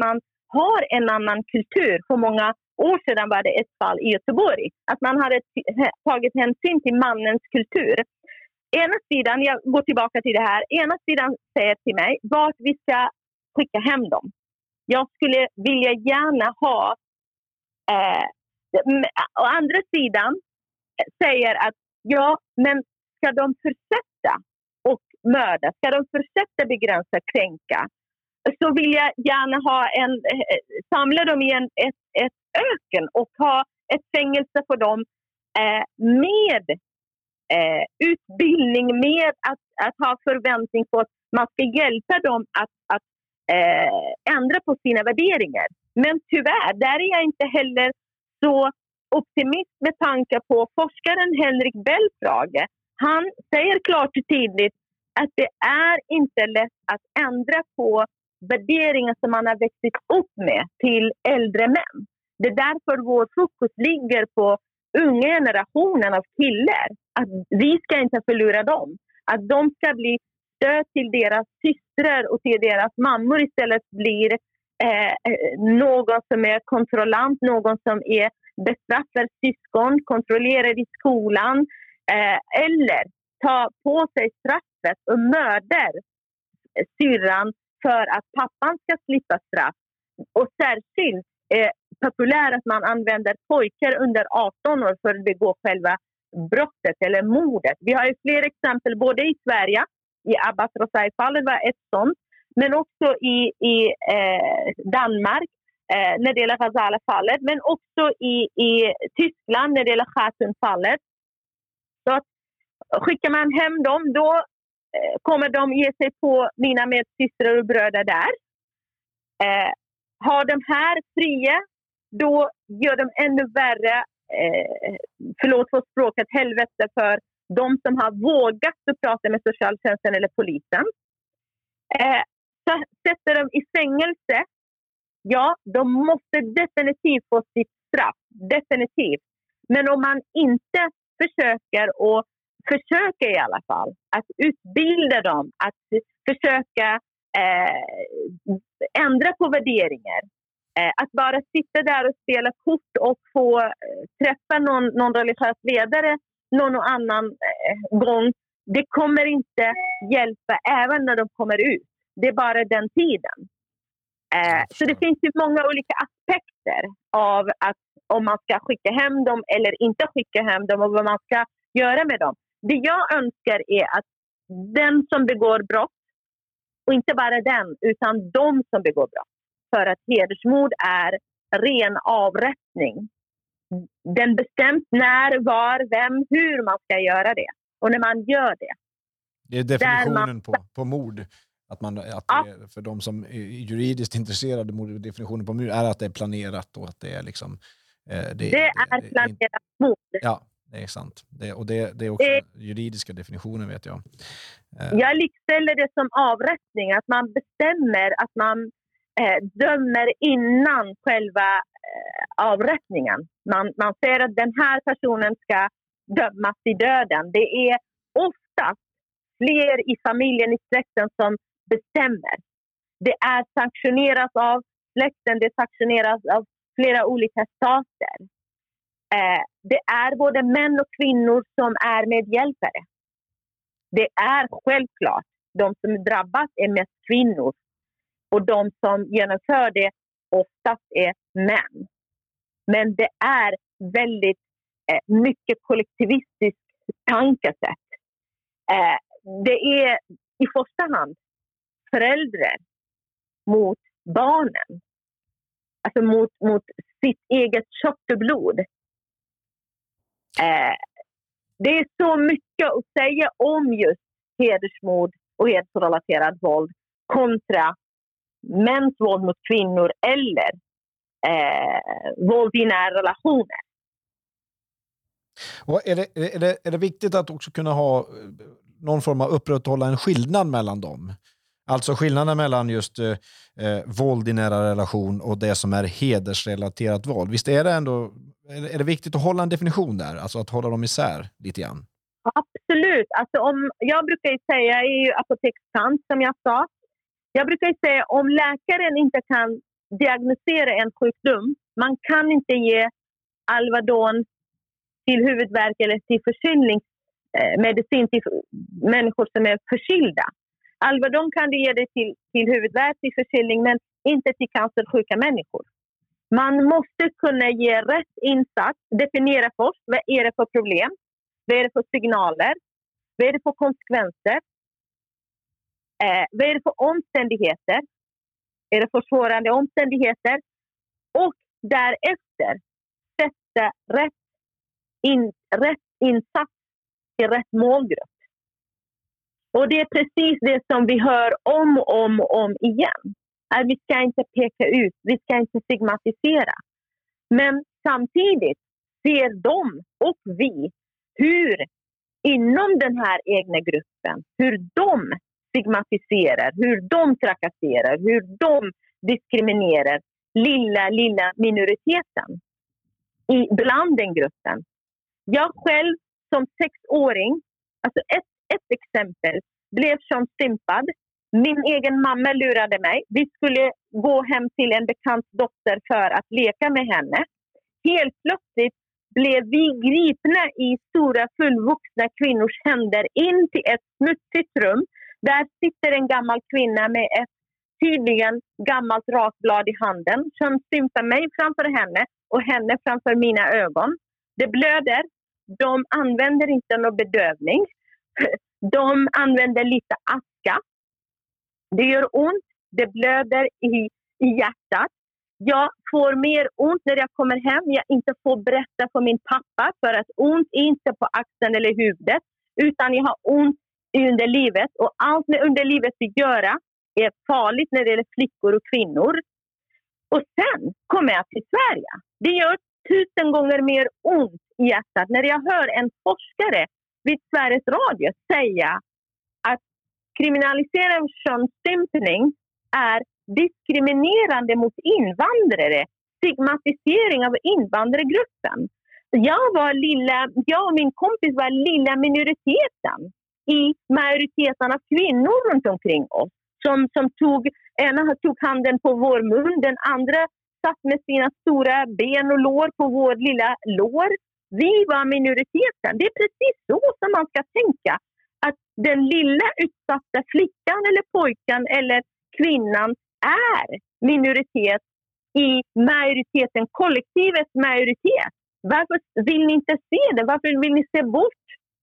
har en annan kultur. För många år sedan var det ett fall i Göteborg. Att man hade tagit hänsyn till mannens kultur. Ena sidan, jag går tillbaka till det här. Ena sidan säger till mig vart vi ska skicka hem dem. Jag skulle vilja gärna ha... å andra sidan säger att ja, men ska de fortsätta och mörda? Ska de fortsätta begränsa, kränka? Så vill jag gärna ha samla dem i ett öken och ha ett fängelse för dem med utbildning, med att ha förväntning på att man ska hjälpa dem att ändra på sina värderingar. Men tyvärr, där är jag inte heller så optimist med tanke på forskaren Henrik Belfrage. Han säger klart och tydligt att det är inte lätt att ändra på värderingar som man har växt upp med till äldre män. Det är därför vår fokus ligger på unga generationen av killar. Att vi ska inte förlora dem. Att de ska bli stöd till deras systrar och till deras mammor istället blir någon som är kontrollant, någon som är bestraffar syskon, kontrollerar i skolan eller tar på sig straffet och mördar syrran för att pappan ska slippa straff. Och särskilt populärt att man använder pojkar under 18 år för att begå själva brottet eller mordet. Vi har ju fler exempel både i Sverige, i Abbas Rosai-fallet var ett sånt, men också i Danmark när det gäller Ghazala-fallet, men också i Tyskland när det gäller Khatun-fallet. Så att skickar man hem dem, då kommer de ge sig på mina medsystrar och bröder där. Har de här fria, då gör de ännu värre, förlåt för språket, helvete för de som har vågat att prata med socialtjänsten eller polisen. Så sätter de i fängelse, ja, de måste definitivt få sitt straff. Definitivt. Men om man inte försöker i alla fall att utbilda dem, att försöka ändra på värderingar. Att bara sitta där och spela kort och få träffa någon religiös ledare någon annan gång, det kommer inte hjälpa även när de kommer ut. Det är bara den tiden. Så det finns ju många olika aspekter av att om man ska skicka hem dem eller inte skicka hem dem och vad man ska göra med dem. Det jag önskar är att den som begår brott, och inte bara den, utan de som begår brott. För att hedersmord är ren avrättning. Den bestäms när, var, vem, hur man ska göra det. Och när man gör det. Det är definitionen på mord. Att det, för de som är juridiskt intresserade, definitionen på mord är att det är planerat och att det är liksom... Det är planerat mord. Ja, det är sant. Det är också juridiska definitionen, vet jag. Jag likställer det som avrättning. Att man bestämmer att man dömer innan själva avrättningen. Man säger att den här personen ska dömas till döden. Det är oftast fler i familjen, i släkten som bestämmer. Det är sanktionerat av släkten, det sanktioneras av flera olika stater. Det är både män och kvinnor som är medhjälpare. Det är självklart. De som drabbas är mest kvinnor. Och de som genomför det oftast är män. Men det är väldigt mycket kollektivistiskt tankesätt. Det är i första hand föräldrar mot barnen. Alltså mot sitt eget kött och blod. Det är så mycket att säga om just hedersmord och hedersrelaterat våld kontra mäns våld mot kvinnor eller våld i nära relationer. Och är det viktigt att också kunna ha någon form av upprätthålla en skillnad mellan dem? Alltså skillnaden mellan just våld i nära relation och det som är hedersrelaterat våld. Visst är det ändå, är det viktigt att hålla en definition där? Alltså att hålla dem isär lite grann? Absolut. Alltså jag brukar ju säga, jag är ju apotekstant som jag sa. Jag brukar ju säga om läkaren inte kan diagnosera en sjukdom. Man kan inte ge Alvedon till huvudvärk eller till förkylningsmedicin till människor som är förkylda. Alvedon kan du ge det till huvudvärk, till förkylning, men inte till cancersjuka människor. Man måste kunna ge rätt insats, definiera först vad är det för problem, vad är det för signaler, vad är det för konsekvenser, vad är det för omständigheter, är det försvårande omständigheter, och därefter sätta rätt insats till rätt målgrupp. Och det är precis det som vi hör om igen. Att vi ska inte peka ut, vi ska inte stigmatisera. Men samtidigt ser de och vi hur inom den här egna gruppen, hur de stigmatiserar, hur de trakasserar, hur de diskriminerar lilla minoriteten bland den gruppen. Jag själv som 6-åring, alltså ett exempel, blev som stympad. Min egen mamma lurade mig. Vi skulle gå hem till en bekant dotter för att leka med henne. Helt plötsligt blev vi gripna i stora fullvuxna kvinnors händer in till ett smutsigt rum. Där sitter en gammal kvinna med ett tydligen gammalt rakblad i handen som stympar mig framför henne och henne framför mina ögon. Det blöder. De använder inte någon bedövning. De använder lite aska. Det gör ont. Det blöder i hjärtat. Jag får mer ont när jag kommer hem. Jag inte får berätta för min pappa för att ont är inte på axeln eller huvudet, utan jag har ont i underlivet. Och allt med underlivet att göra är farligt när det gäller flickor och kvinnor. Och sen kommer jag till Sverige. Det gör 1000 gånger mer ont i hjärtat när jag hör en forskare vid Sveriges Radio säga att kriminalisering av könsstympning är diskriminerande mot invandrare, stigmatisering av invandrargruppen. Jag och min kompis var lilla minoriteten i majoriteten av kvinnor runt omkring oss. Ena tog handen på vår mun, den andra satt med sina stora ben och lår på vår lilla lår. Vi var minoriteten. Det är precis så som man ska tänka. Att den lilla utsatta flickan eller pojken eller kvinnan är minoritet i majoriteten, kollektivets majoritet. Varför vill ni inte se det? Varför vill ni se bort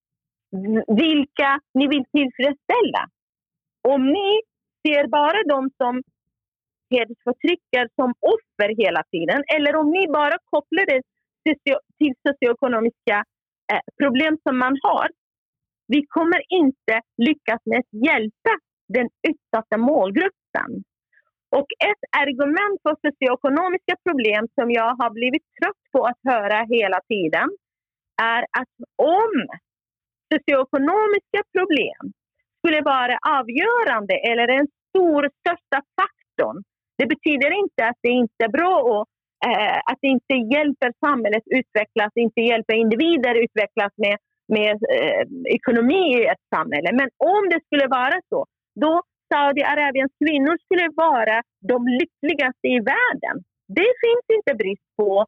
vilka ni vill tillfredsställa? Om ni ser bara de som hedersförtrycker som offer hela tiden, eller om ni bara kopplar det till socioekonomiska problem som man har, vi kommer inte lyckas med att hjälpa den utsatta målgruppen. Och ett argument för socioekonomiska problem som jag har blivit trött på att höra hela tiden är att om socioekonomiska problem skulle vara avgörande eller den största faktorn, det betyder inte att det inte är bra och att det inte hjälper samhället utvecklas, inte hjälper individer utvecklas med ekonomi i ett samhälle. Men om det skulle vara så, då Saudiarabiens kvinnor skulle vara de lyckligaste i världen. Det finns inte brist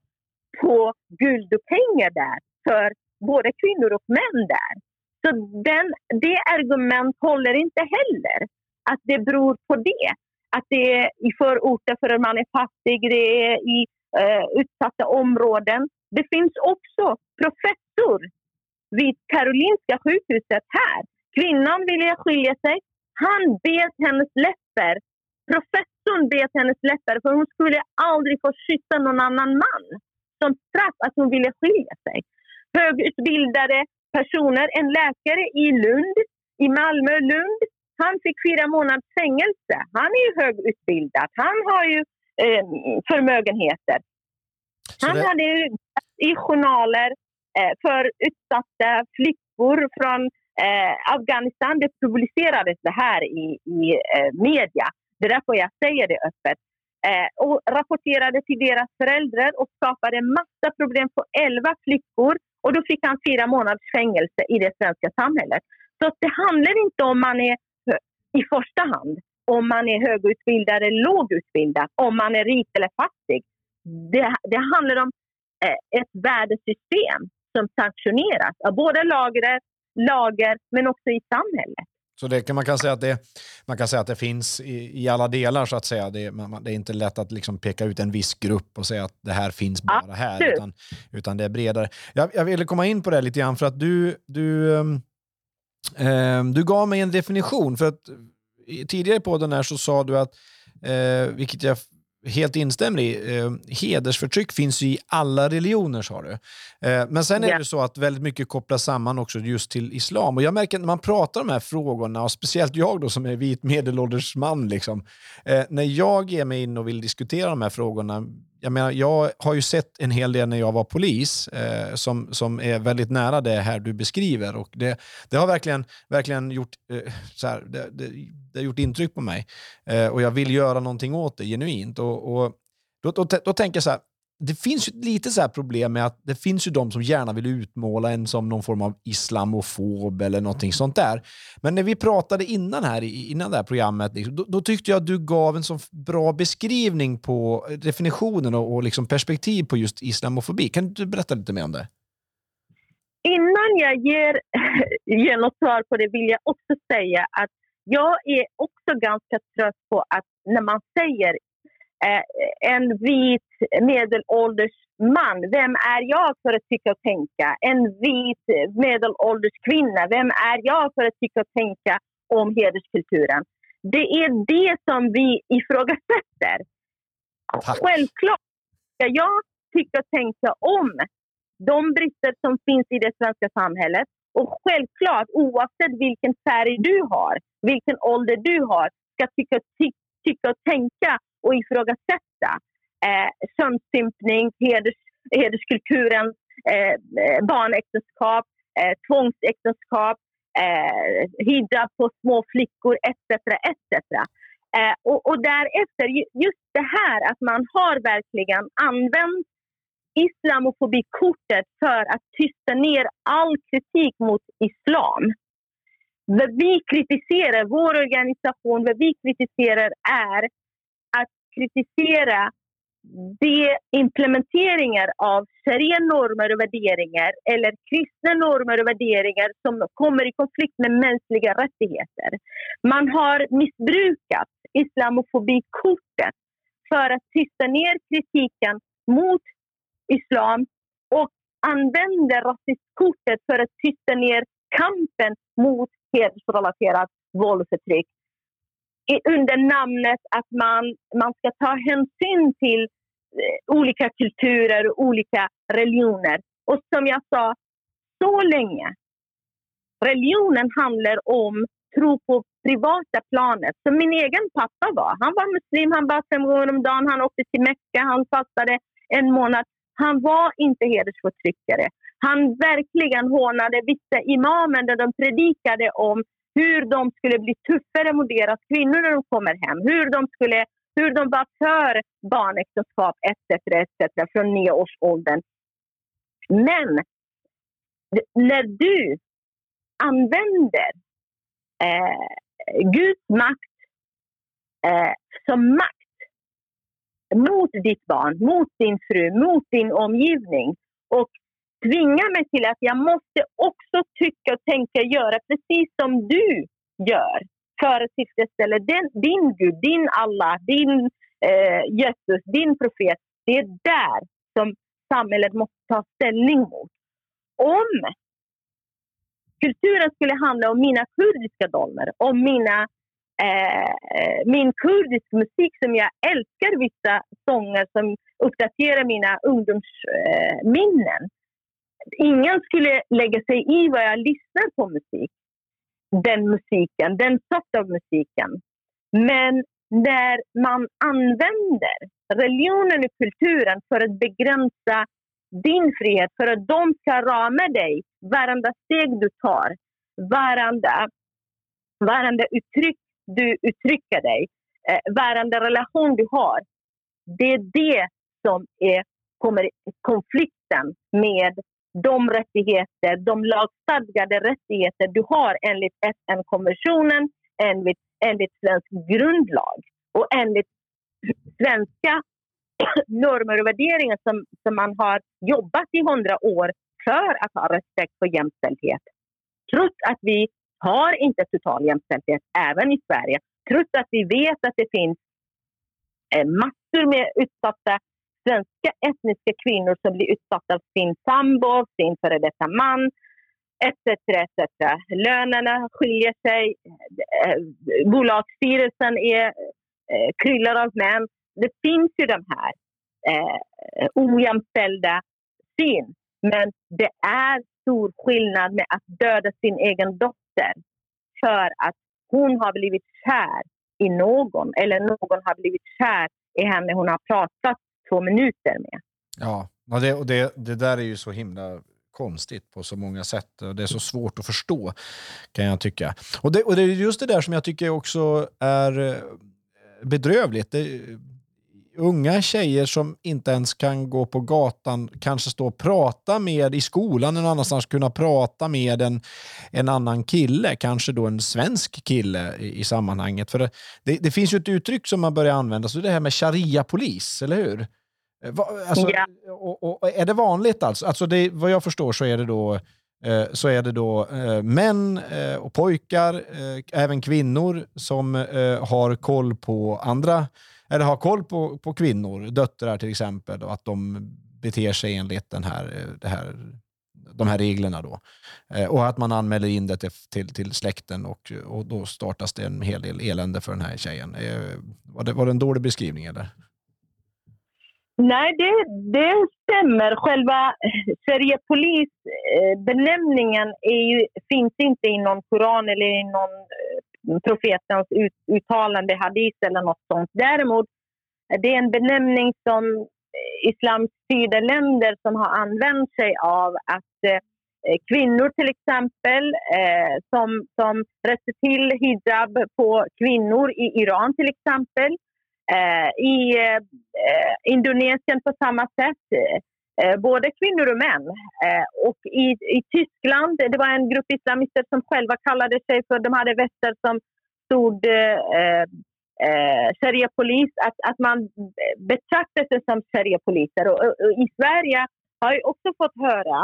på guld och pengar där för både kvinnor och män där. Så det argument håller inte heller. Att det beror på det. Att det är i förorter för att man är fattig, det är i utsatta områden. Det finns också professor vid Karolinska sjukhuset här. Kvinnan ville skilja sig. Han bet hennes läppar. Professorn bet hennes läppar för hon skulle aldrig få kyssa någon annan man. Som straff att hon ville skilja sig. Högutbildade personer, en läkare i Lund, i Malmö, Lund. Han fick 4 månaders fängelse. Han är ju högutbildad. Han har ju förmögenheter. Han hade ju i journaler för utsatta flickor från Afghanistan. Det publicerades det här i media. Det är därför jag säger det öppet. Och rapporterade till deras föräldrar och skapade en massa problem för 11 flickor. Och då fick han 4 månaders fängelse i det svenska samhället. Så det handlar inte om man är i första hand. om man är högutbildad eller lågutbildad, om man är rik eller fattig. Det handlar om ett värdesystem som sanktioneras av både lagar men också i samhället. Så det man kan säga att det finns i alla delar, så att säga. Det är inte lätt att liksom peka ut en viss grupp och säga att det här finns bara här, utan det är bredare. Jag ville komma in på det lite grann för att du gav mig en definition, för att tidigare på den här så sa du att, vilket jag helt instämmer i, hedersförtryck finns ju i alla religioner, sa du. Men sen är det så att väldigt mycket kopplas samman också just till islam. Och jag märker när man pratar om de här frågorna, och speciellt jag då som är vit medelålders man, liksom, när jag ger mig in och vill diskutera de här frågorna, jag menar, jag har ju sett en hel del när jag var polis som är väldigt nära det här du beskriver, och det har verkligen gjort så här, det har gjort intryck på mig, och jag vill göra någonting åt det genuint, och då tänker jag så här, det finns ju lite så här problem med att det finns ju de som gärna vill utmåla en som någon form av islamofob eller någonting sånt där. Men när vi pratade innan det här programmet, liksom, då tyckte jag att du gav en så bra beskrivning på definitionen och liksom perspektiv på just islamofobi. Kan du berätta lite mer om det? Innan jag ger något svar på det vill jag också säga att jag är också ganska trött på att när man säger en vit medelålders man, vem är jag för att tycka och tänka? En vit medelålders kvinna, vem är jag för att tycka och tänka om hederskulturen? Det är det som vi ifrågasätter. Självklart ska jag tycka och tänka om de brister som finns i det svenska samhället, och självklart oavsett vilken färg du har, vilken ålder du har, ska tycka och tänka och ifrågasätta könsstympning, hederskulturen, barnäktenskap, tvångsäktenskap, hijab på små flickor, etc. Och därefter just det här att man har verkligen använt islamofobikortet för att tysta ner all kritik mot islam. Vad vi kritiserar, vår organisation, vad vi kritiserar är att kritisera de implementeringar av sharia-normer och värderingar eller kristna normer och värderingar som kommer i konflikt med mänskliga rättigheter. Man har missbrukat islamofobikortet för att tysta ner kritiken mot islam och använder rasistkortet för att tysta ner kampen mot hedersrelaterat våld och förtryck under namnet att man ska ta hänsyn till olika kulturer och olika religioner. Och som jag sa, så länge religionen handlar om tro på privata planet, som min egen pappa han var muslim, han bad 5 gånger om dagen, han åkte till Mecka, han fastade 1 månad. Han var inte hedersförtryckare. Han verkligen hånade vissa imamer där de predikade om hur de skulle bli tuffare mot deras kvinnor när de kommer hem. Hur de var för barnäktenskap etc. från 9-årsåldern. Men när du använder Guds makt som makt mot ditt barn, mot din fru, mot din omgivning och tvingar mig till att jag måste också tycka och tänka göra precis som du gör för att tillfredsställa din Gud, din Allah, din Jesus, din profet. Det är där som samhället måste ta ställning mot. Om kulturen skulle handla om mina kurdiska dollar, om min kurdisk musik som jag älskar, vissa sånger som uppdaterar mina ungdomsminnen. Ingen skulle lägga sig i vad jag lyssnar på musik. Den sort av musiken. Men när man använder religionen och kulturen för att begränsa din frihet, för att de ska rama dig, varenda steg du tar, varenda uttryck du uttrycker dig, varenda relation du har, det är det som kommer i konflikten med de rättigheter, de lagstadgade rättigheter du har enligt FN-konventionen, enligt svensk grundlag och enligt svenska normer och värderingar som man har jobbat i 100 år för att ha respekt för jämställdhet. Trots att vi har inte total jämställdhet även i Sverige. Trots att vi vet att det finns massor med utsatta svenska etniska kvinnor som blir utsatta av sin sambo, sin före detta man, etc. Lönerna skiljer sig, bolagsstyrelsen kryllar av män. Det finns ju de här ojämställda syn. Men det är stor skillnad med att döda sin egen dotter för att hon har blivit kär i någon eller någon har blivit kär i henne hon har pratat 2 minuter med. Ja, det där är ju så himla konstigt på så många sätt och det är så svårt att förstå kan jag tycka. Och det är just det där som jag tycker också är bedrövligt. Unga tjejer som inte ens kan gå på gatan, kanske stå och prata med i skolan eller annanstans kunna prata med en annan kille, kanske då en svensk kille i sammanhanget. För det finns ju ett uttryck som man börjar använda, så det här med sharia-polis, eller hur? Alltså, ja. Och är det vanligt alltså? Alltså det, vad jag förstår så är det då män och pojkar, även kvinnor som har koll på andra, eller har koll på kvinnor, döttrar till exempel, och att de beter sig enligt de här reglerna då. Och att man anmäler in det till släkten och då startas det en hel del elände för den här tjejen. Var det en dålig beskrivning eller? Nej, det stämmer. Själva sharia-polis benämningen finns inte i någon Koran eller i någon profetens uttalande hadith eller något sånt. Däremot det är en benämning som islamstyrda länder som har använt sig av att kvinnor till exempel som rätter till hijab på kvinnor i Iran till exempel. I Indonesien på samma sätt. Både kvinnor och män. Och i Tyskland, det var en grupp islamister som själva kallade sig för, de hade väster som stod sharia-polis, att man betraktar sig som sharia-poliser. Och i Sverige har jag också fått höra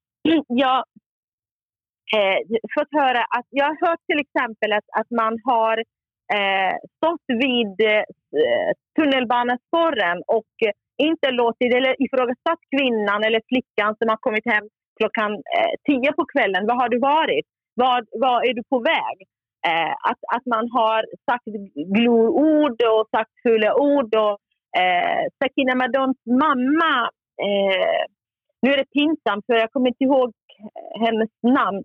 att jag har hört till exempel att man har stått vid tunnelbanespåren och inte låtit eller ifrågasatt kvinnan eller flickan som har kommit hem klockan 10 på kvällen. Vad har du varit? Vad är du på väg? Att man har sagt glorord och sagt fula ord. Och Sakina Madons mamma, nu är det pinsamt för jag kommer inte ihåg hennes namn.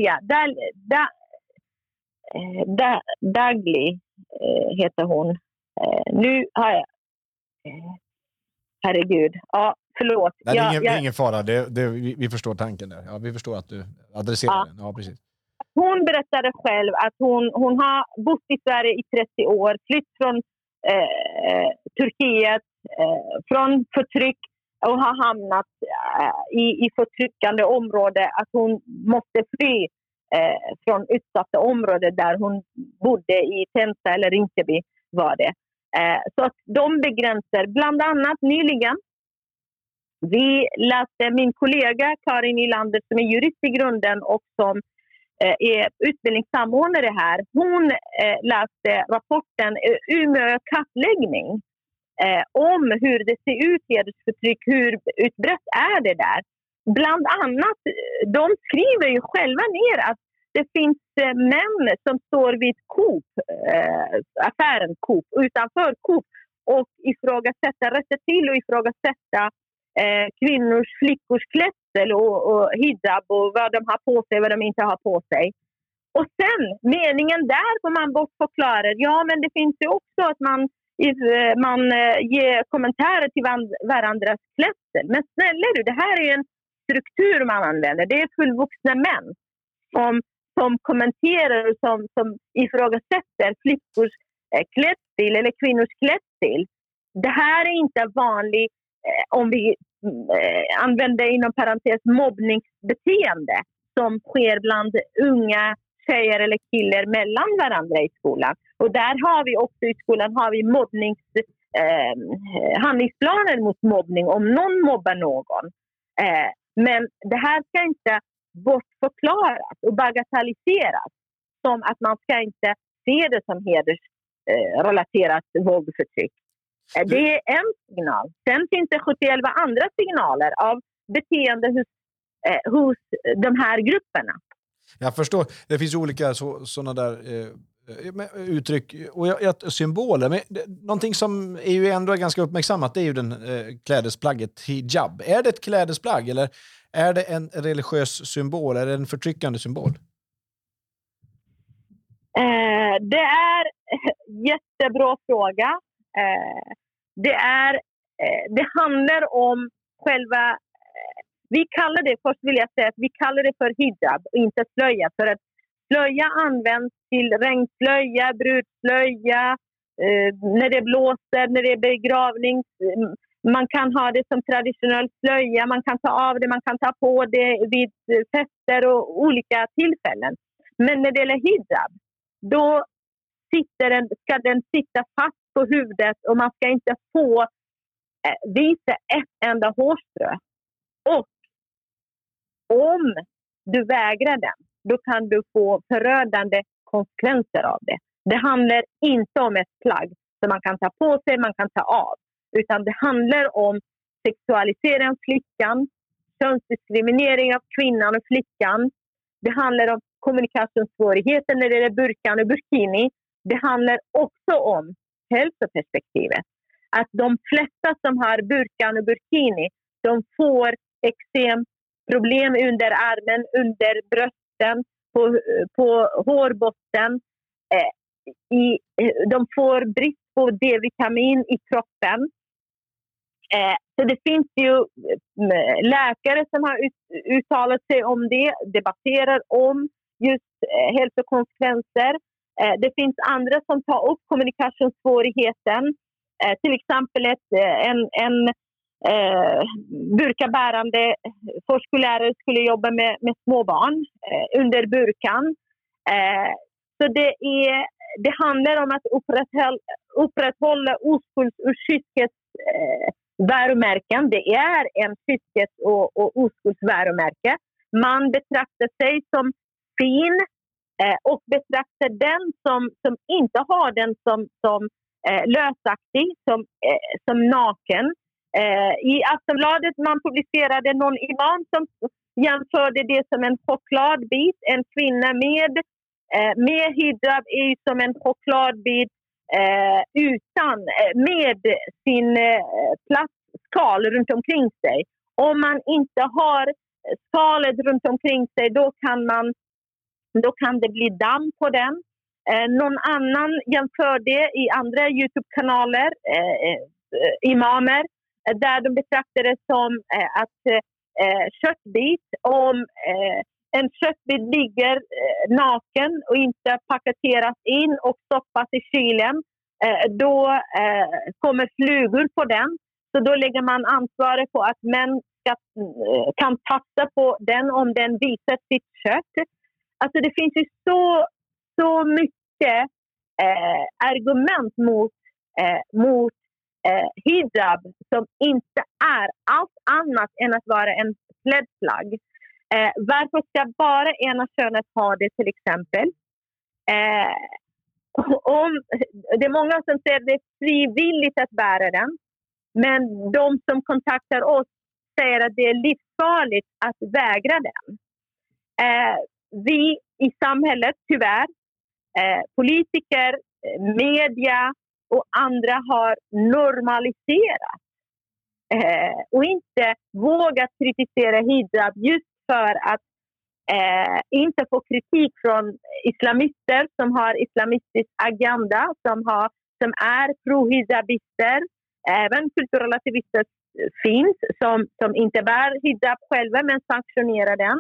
Dagli heter hon. Nu har jag... Herregud. Ja, förlåt. Nej, det är ingen fara. Vi förstår tanken där. Ja, vi förstår att du adresserar den. Ja, precis. Hon berättade själv att hon har bott i Sverige i 30 år. Flytt från Turkiet. Från förtryck. Och har hamnat i förtryckande område. Att hon måste fly från utsatta områden där hon bodde i Tensta eller Rinkeby var det. Så att de begränsar, bland annat nyligen, vi läste min kollega Karin Nylander som är jurist i grunden och som är utbildningssamordnare här. Hon läste rapporten Umeå kartläggning om hur det ser ut i hedersförtryck, hur utbrett är det där. Bland annat, de skriver ju själva ner att det finns män som står vid Coop, affären Coop, utanför Coop och rätta till och ifrågasätta kvinnors, flickors klädsel och hijab och vad de har på sig och vad de inte har på sig. Och sen, meningen där får man bortförklara. Ja, men det finns ju också att man ger kommentarer till varandras klädsel. Men snälla du, det här är ju en struktur man använder. Det är fullvuxna män som kommenterar och som ifrågasätter flickors klädstil eller kvinnors klädstil. Det här är inte vanligt om vi använder inom parentes mobbningsbeteende som sker bland unga tjejer eller killar mellan varandra i skolan. Och där har vi också i skolan har vi handlingsplaner mot mobbning om någon mobbar någon. Men det här ska inte bortförklaras och bagatelliseras som att man ska inte se det som hedersrelaterat våld och förtryck. Det är en signal. Sen finns det 71 andra signaler av beteende hos de här grupperna. Jag förstår. Det finns olika sådana där uttryck och symboler. Men någonting som är ju ändå ganska uppmärksammat, det är ju den klädesplagget hijab. Är det ett klädesplagg eller är det en religiös symbol? Är det en förtryckande symbol? Det är jättebra fråga. Det handlar om själva... Vi kallar det, först vill jag säga att vi kallar det för hijab och inte slöja. För att slöja används till regnslöja, brudslöja, när det blåser, när det är begravning. Man kan ha det som traditionell slöja, man kan ta av det, man kan ta på det vid fester och olika tillfällen. Men när det gäller hijab, då ska den sitta fast på huvudet och man ska inte få visa ett enda hårstrå. Och om du vägrar den, då kan du få förödande konsekvenser av det. Det handlar inte om ett plagg som man kan ta på sig, man kan ta av. Utan det handlar om sexualisering av flickan, könsdiskriminering av kvinnan och flickan. Det handlar om kommunikationssvårigheter när det är burkan och burkini. Det handlar också om hälsoperspektivet. Att de flesta som har burkan och burkini, de får eksem-problem under armen, under brösten, på hårbotten. De får brist på D-vitamin i kroppen. Så det finns ju läkare som har uttalat sig om det, debatterar om just hälsokonsekvenser. Det finns andra som tar upp kommunikationssvårigheten. Till exempel en burkabärande förskollärare skulle jobba med små barn under burkan. Så det handlar om att upprätthålla oskulds- och skyddsvärumärken. Det är en skydds- och oskuldsvärumärke. Man betraktar sig som fin och betraktar den som inte har den som lösaktig, som naken. I Aftonbladet man publicerade någon imam som jämförde det som en chokladbit. En kvinna med hijab är ju som en chokladbit med sin plastskal runt omkring sig. Om man inte har skalet runt omkring sig, då kan det bli damm på den. Någon annan jämför det i andra YouTube-kanaler, imamer, där de betraktar det som att köttbit, om en köttbit ligger naken och inte paketeras in och stoppas i kylen, då kommer flugor på den. Så då lägger man ansvaret på att män kan tafsa på den om den visar sitt kött. Alltså det finns ju så mycket argument mot hijab som inte är allt annat än att vara en klädplagg. Varför ska bara ena könet ha det till exempel? Det är många som säger att det är frivilligt att bära den. Men de som kontaktar oss säger att det är livsfarligt att vägra den. Vi i samhället, tyvärr, politiker, media och andra har normaliserat och inte vågat kritisera hijab just för att inte få kritik från islamister som har islamistisk agenda, som är pro-hijabister. Även kulturrelativister finns som inte bär hijab själva men sanktionerar den.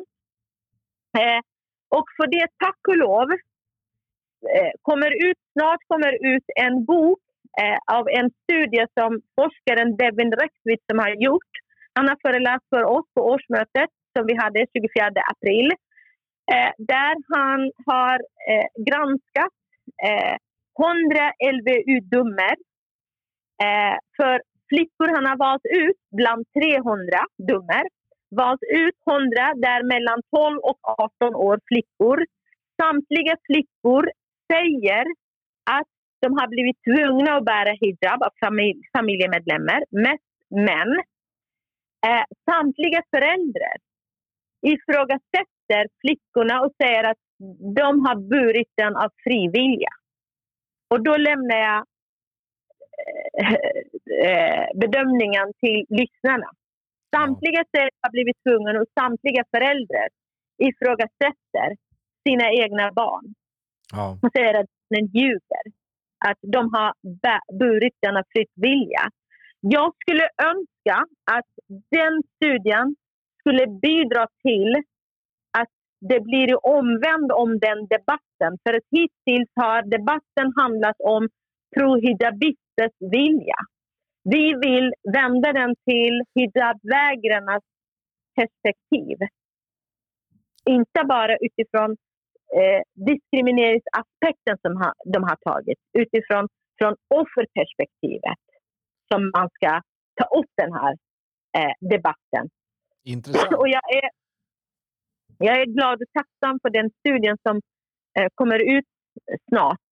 Och för det, tack och lov, snart kommer ut en bok av en studie som forskaren Devin Rexwitz som har gjort. Han har föreläst för oss på årsmötet som vi hade 24 april. Där han har granskat 100 LVU-domar. För flickor han har valt ut bland 300 domar. Valt ut 100 där mellan 12 och 18 år flickor. Samtliga flickor säger att de har blivit tvungna att bära hijab av familjemedlemmar. Mest män. Samtliga föräldrar ifrågasätter flickorna och säger att de har burit den av fri vilja. Och då lämnar jag bedömningen till lyssnarna. Samtliga säger att de har blivit tvungna och samtliga föräldrar ifrågasätter sina egna barn. Ja. Och säger att den ljuger. Att de har burit den av fri vilja. Jag skulle önska att den studien skulle bidra till att det blir omvänd om den debatten. För att hittills har debatten handlat om pro-hijabisters vilja. Vi vill vända den till hijabvägrarnas perspektiv. Inte bara utifrån diskrimineringsaspekten som de har tagit. Utifrån offerperspektivet som man ska ta upp den här debatten. Intressant. Och jag är glad och tacksam för den studien som kommer ut snart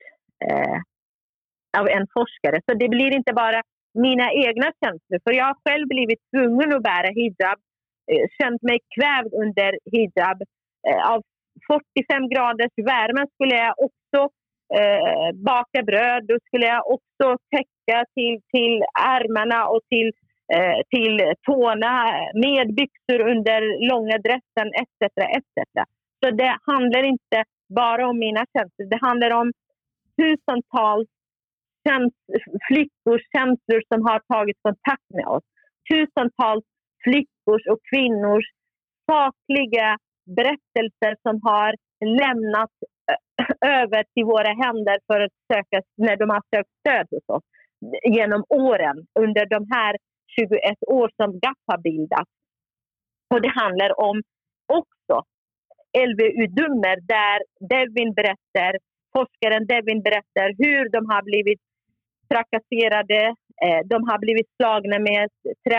av en forskare. Så det blir inte bara mina egna känslor. För jag har själv blivit tvungen att bära hijab. Känt mig kvävd under hijab. Av 45 graders värme skulle jag också baka bröd. Då skulle jag också täcka till ärmarna och till tårna med byxor under långa dressen etc. Så det handlar inte bara om mina känslor. Det handlar om tusentals flickors känslor som har tagit kontakt med oss. Tusentals flickors och kvinnors sakliga berättelser som har lämnat över till våra händer för att söka, när de har sökt stöd hos oss genom åren under de här 21 år som GAP har bildats. Och det handlar om också LVU-domar där forskaren Devin berättar hur de har blivit trakasserade, de har blivit slagna med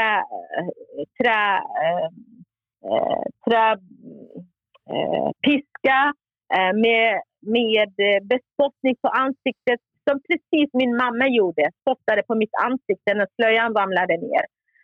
piska, med bespottning på ansiktet som precis min mamma gjorde. Spottade på mitt ansikte när slöjan ramlade ner.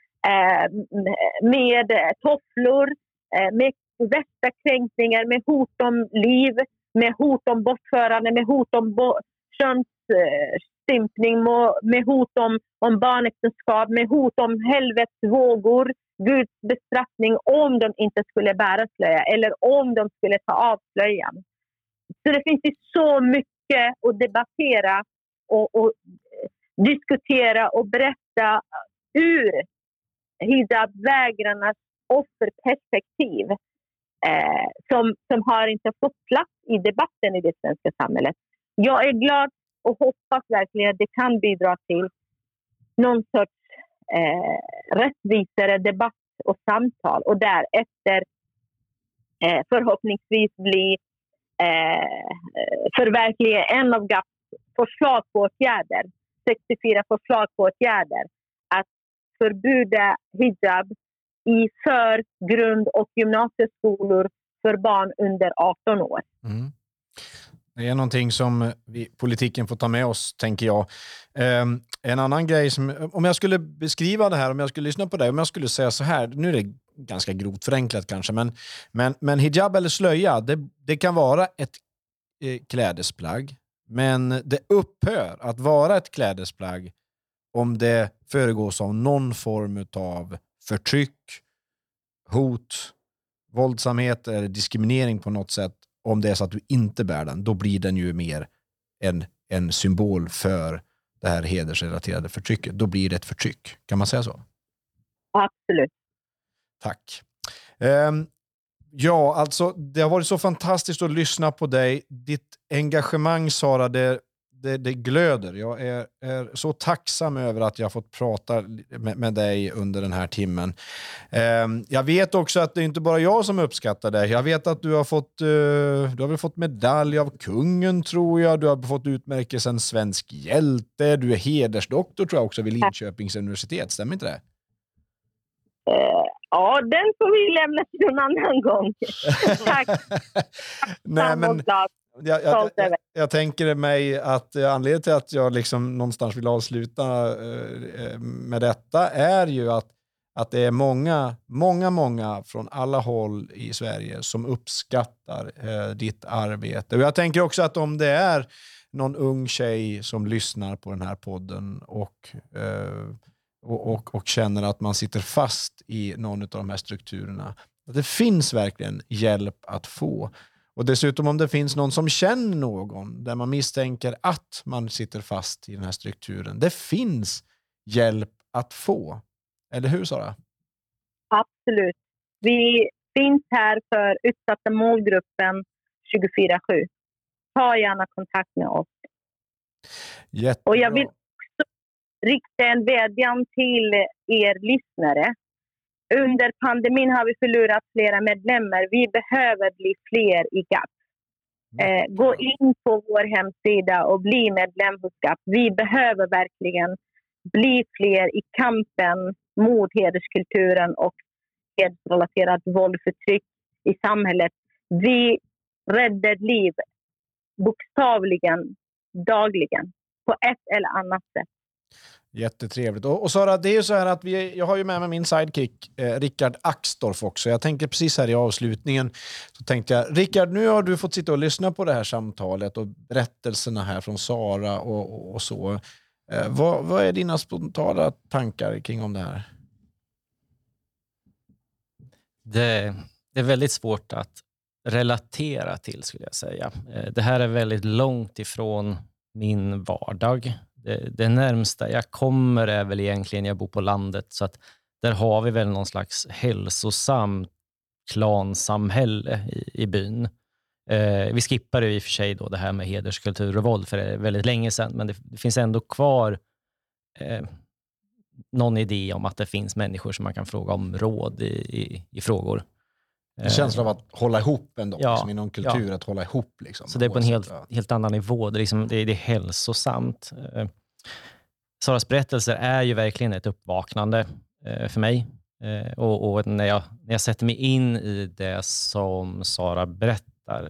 Med tofflor, med värsta kränkningar, med hot om liv, med hot om bortförande, med hot om könsstympning, med hot om barnäktenskap, med hot om helvetsvågor, Guds bestraffning om de inte skulle bära slöja eller om de skulle ta av slöjan. Så det finns ju så mycket att debattera och diskutera och berätta ur hijabvägrarnas offerperspektiv som har inte fått plats i debatten i det svenska samhället. Jag är glad och hoppas verkligen att det kan bidra till någon sorts rättvisare debatt och samtal och därefter förhoppningsvis bli förverkliga en av GAPs förslag på åtgärder, 64 förslag på åtgärder, att förbjuda hijab i grund- och gymnasieskolor för barn under 18 år. Mm. Det är någonting som politiken får ta med oss, tänker jag. En annan grej som, om jag skulle beskriva det här, om jag skulle lyssna på det, om jag skulle säga så här, nu är det ganska grovt förenklat kanske, men hijab eller slöja, det kan vara ett klädesplagg, men det upphör att vara ett klädesplagg om det föregås av någon form av förtryck, hot, våldsamhet eller diskriminering på något sätt. Om det är så att du inte bär den, då blir den ju mer en symbol för det här hedersrelaterade förtrycket. Då blir det ett förtryck. Kan man säga så? Absolut. Tack. Ja, alltså det har varit så fantastiskt att lyssna på dig. Ditt engagemang, Sara, det glöder. Jag är så tacksam över att jag fått prata med dig under den här timmen. Jag vet också att det är inte bara jag som uppskattar dig. Jag vet att du har väl fått medalj av kungen, tror jag. Du har fått utmärkelsen svensk hjälte. Du är hedersdoktor, tror jag, också vid Linköpings universitet. Stämmer inte det? Ja, den får vi lämna till någon annan gång. Tack. Nej, men jag tänker mig att anledningen till att jag liksom någonstans vill avsluta med detta är ju att det är många från alla håll i Sverige som uppskattar ditt arbete. Och jag tänker också att om det är någon ung tjej som lyssnar på den här podden och känner att man sitter fast i någon av de här strukturerna, att det finns verkligen hjälp att få. Och dessutom om det finns någon som känner någon där man misstänker att man sitter fast i den här strukturen, det finns hjälp att få. Eller hur, Sara? Absolut. Vi finns här för utsatta målgruppen 24/7. Ta gärna kontakt med oss. Jättebra. Och jag vill rikta en vädjan till er lyssnare. Under pandemin har vi förlorat flera medlemmar. Vi behöver bli fler i GAP. Gå in på vår hemsida och bli medlem hos GAP. Vi behöver verkligen bli fler i kampen mot hederskulturen och hedersrelaterat våld och förtryck i samhället. Vi räddar liv bokstavligen dagligen på ett eller annat sätt. Jättetrevligt. Och Sara, det är ju så här att jag har ju med mig min sidekick Rickard Axdorff också. Jag tänker precis här i avslutningen så tänkte jag, Rickard, nu har du fått sitta och lyssna på det här samtalet och berättelserna här från Sara och så. Vad är dina spontana tankar kring om det här? Det är väldigt svårt att relatera till, skulle jag säga. Det här är väldigt långt ifrån min vardag. Det närmsta jag kommer är väl egentligen, jag bor på landet, så att där har vi väl någon slags hälsosam klansamhälle i byn. Vi skippar ju i och för sig då det här med hederskultur och våld, för det är väldigt länge sedan, men det finns ändå kvar någon idé om att det finns människor som man kan fråga om råd i frågor. En känsla av att hålla ihop ändå, ja, liksom, i någon kultur, att hålla ihop. Liksom, så det är på en helt annan nivå. Det är hälsosamt. Saras berättelser är ju verkligen ett uppvaknande för mig. Och när jag sätter mig in i det som Sara berättar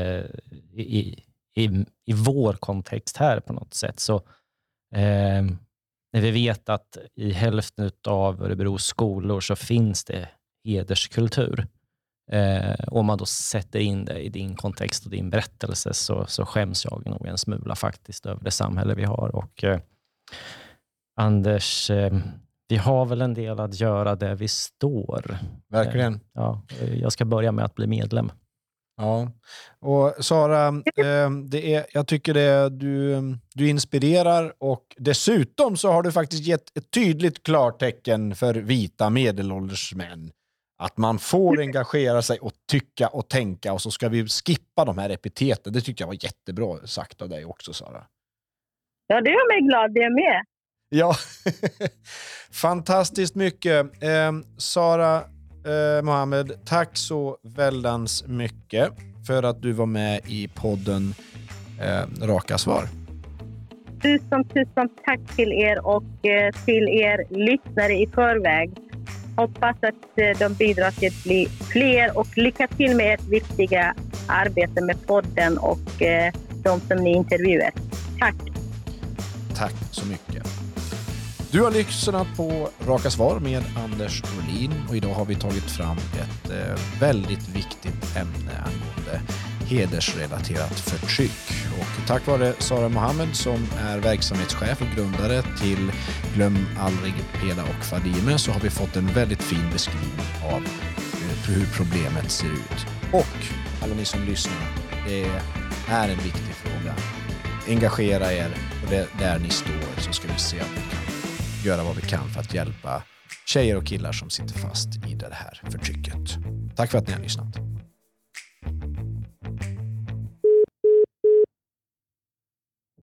i vår kontext här på något sätt, så när vi vet att i hälften av Örebros skolor så finns det hederskultur. Om man då sätter in det i din kontext och din berättelse, så skäms jag nog en smula faktiskt över det samhälle vi har. Och Anders, vi har väl en del att göra där vi står. Verkligen. Ja, jag ska börja med att bli medlem. Ja, och Sara, jag tycker du inspirerar, och dessutom så har du faktiskt gett ett tydligt klartecken för vita medelålders män att man får engagera sig och tycka och tänka, och så ska vi skippa de här epiteten. Det tycker jag var jättebra sagt av dig också, Sara. Ja, det gör mig glad, det är med. Ja, fantastiskt mycket. Sara Mohammed, tack så väldans mycket för att du var med i podden Raka Svar. Tusen tack till er och till er lyssnare i förväg. Hoppas att de bidrar till att bli fler, och lycka till med ert viktiga arbete med podden och de som ni intervjuar. Tack! Tack så mycket. Du har lyssnat på Raka Svar med Anders Olin, och idag har vi tagit fram ett väldigt viktigt ämne angående hedersrelaterat förtryck. Och tack vare Sara Mohammed, som är verksamhetschef och grundare till Glöm aldrig Peda och Fadime, så har vi fått en väldigt fin beskrivning av hur problemet ser ut. Och alla ni som lyssnar, det är en viktig fråga. Engagera er, och där ni står, så ska vi se att vi kan göra vad vi kan för att hjälpa tjejer och killar som sitter fast i det här förtrycket. Tack för att ni har lyssnat.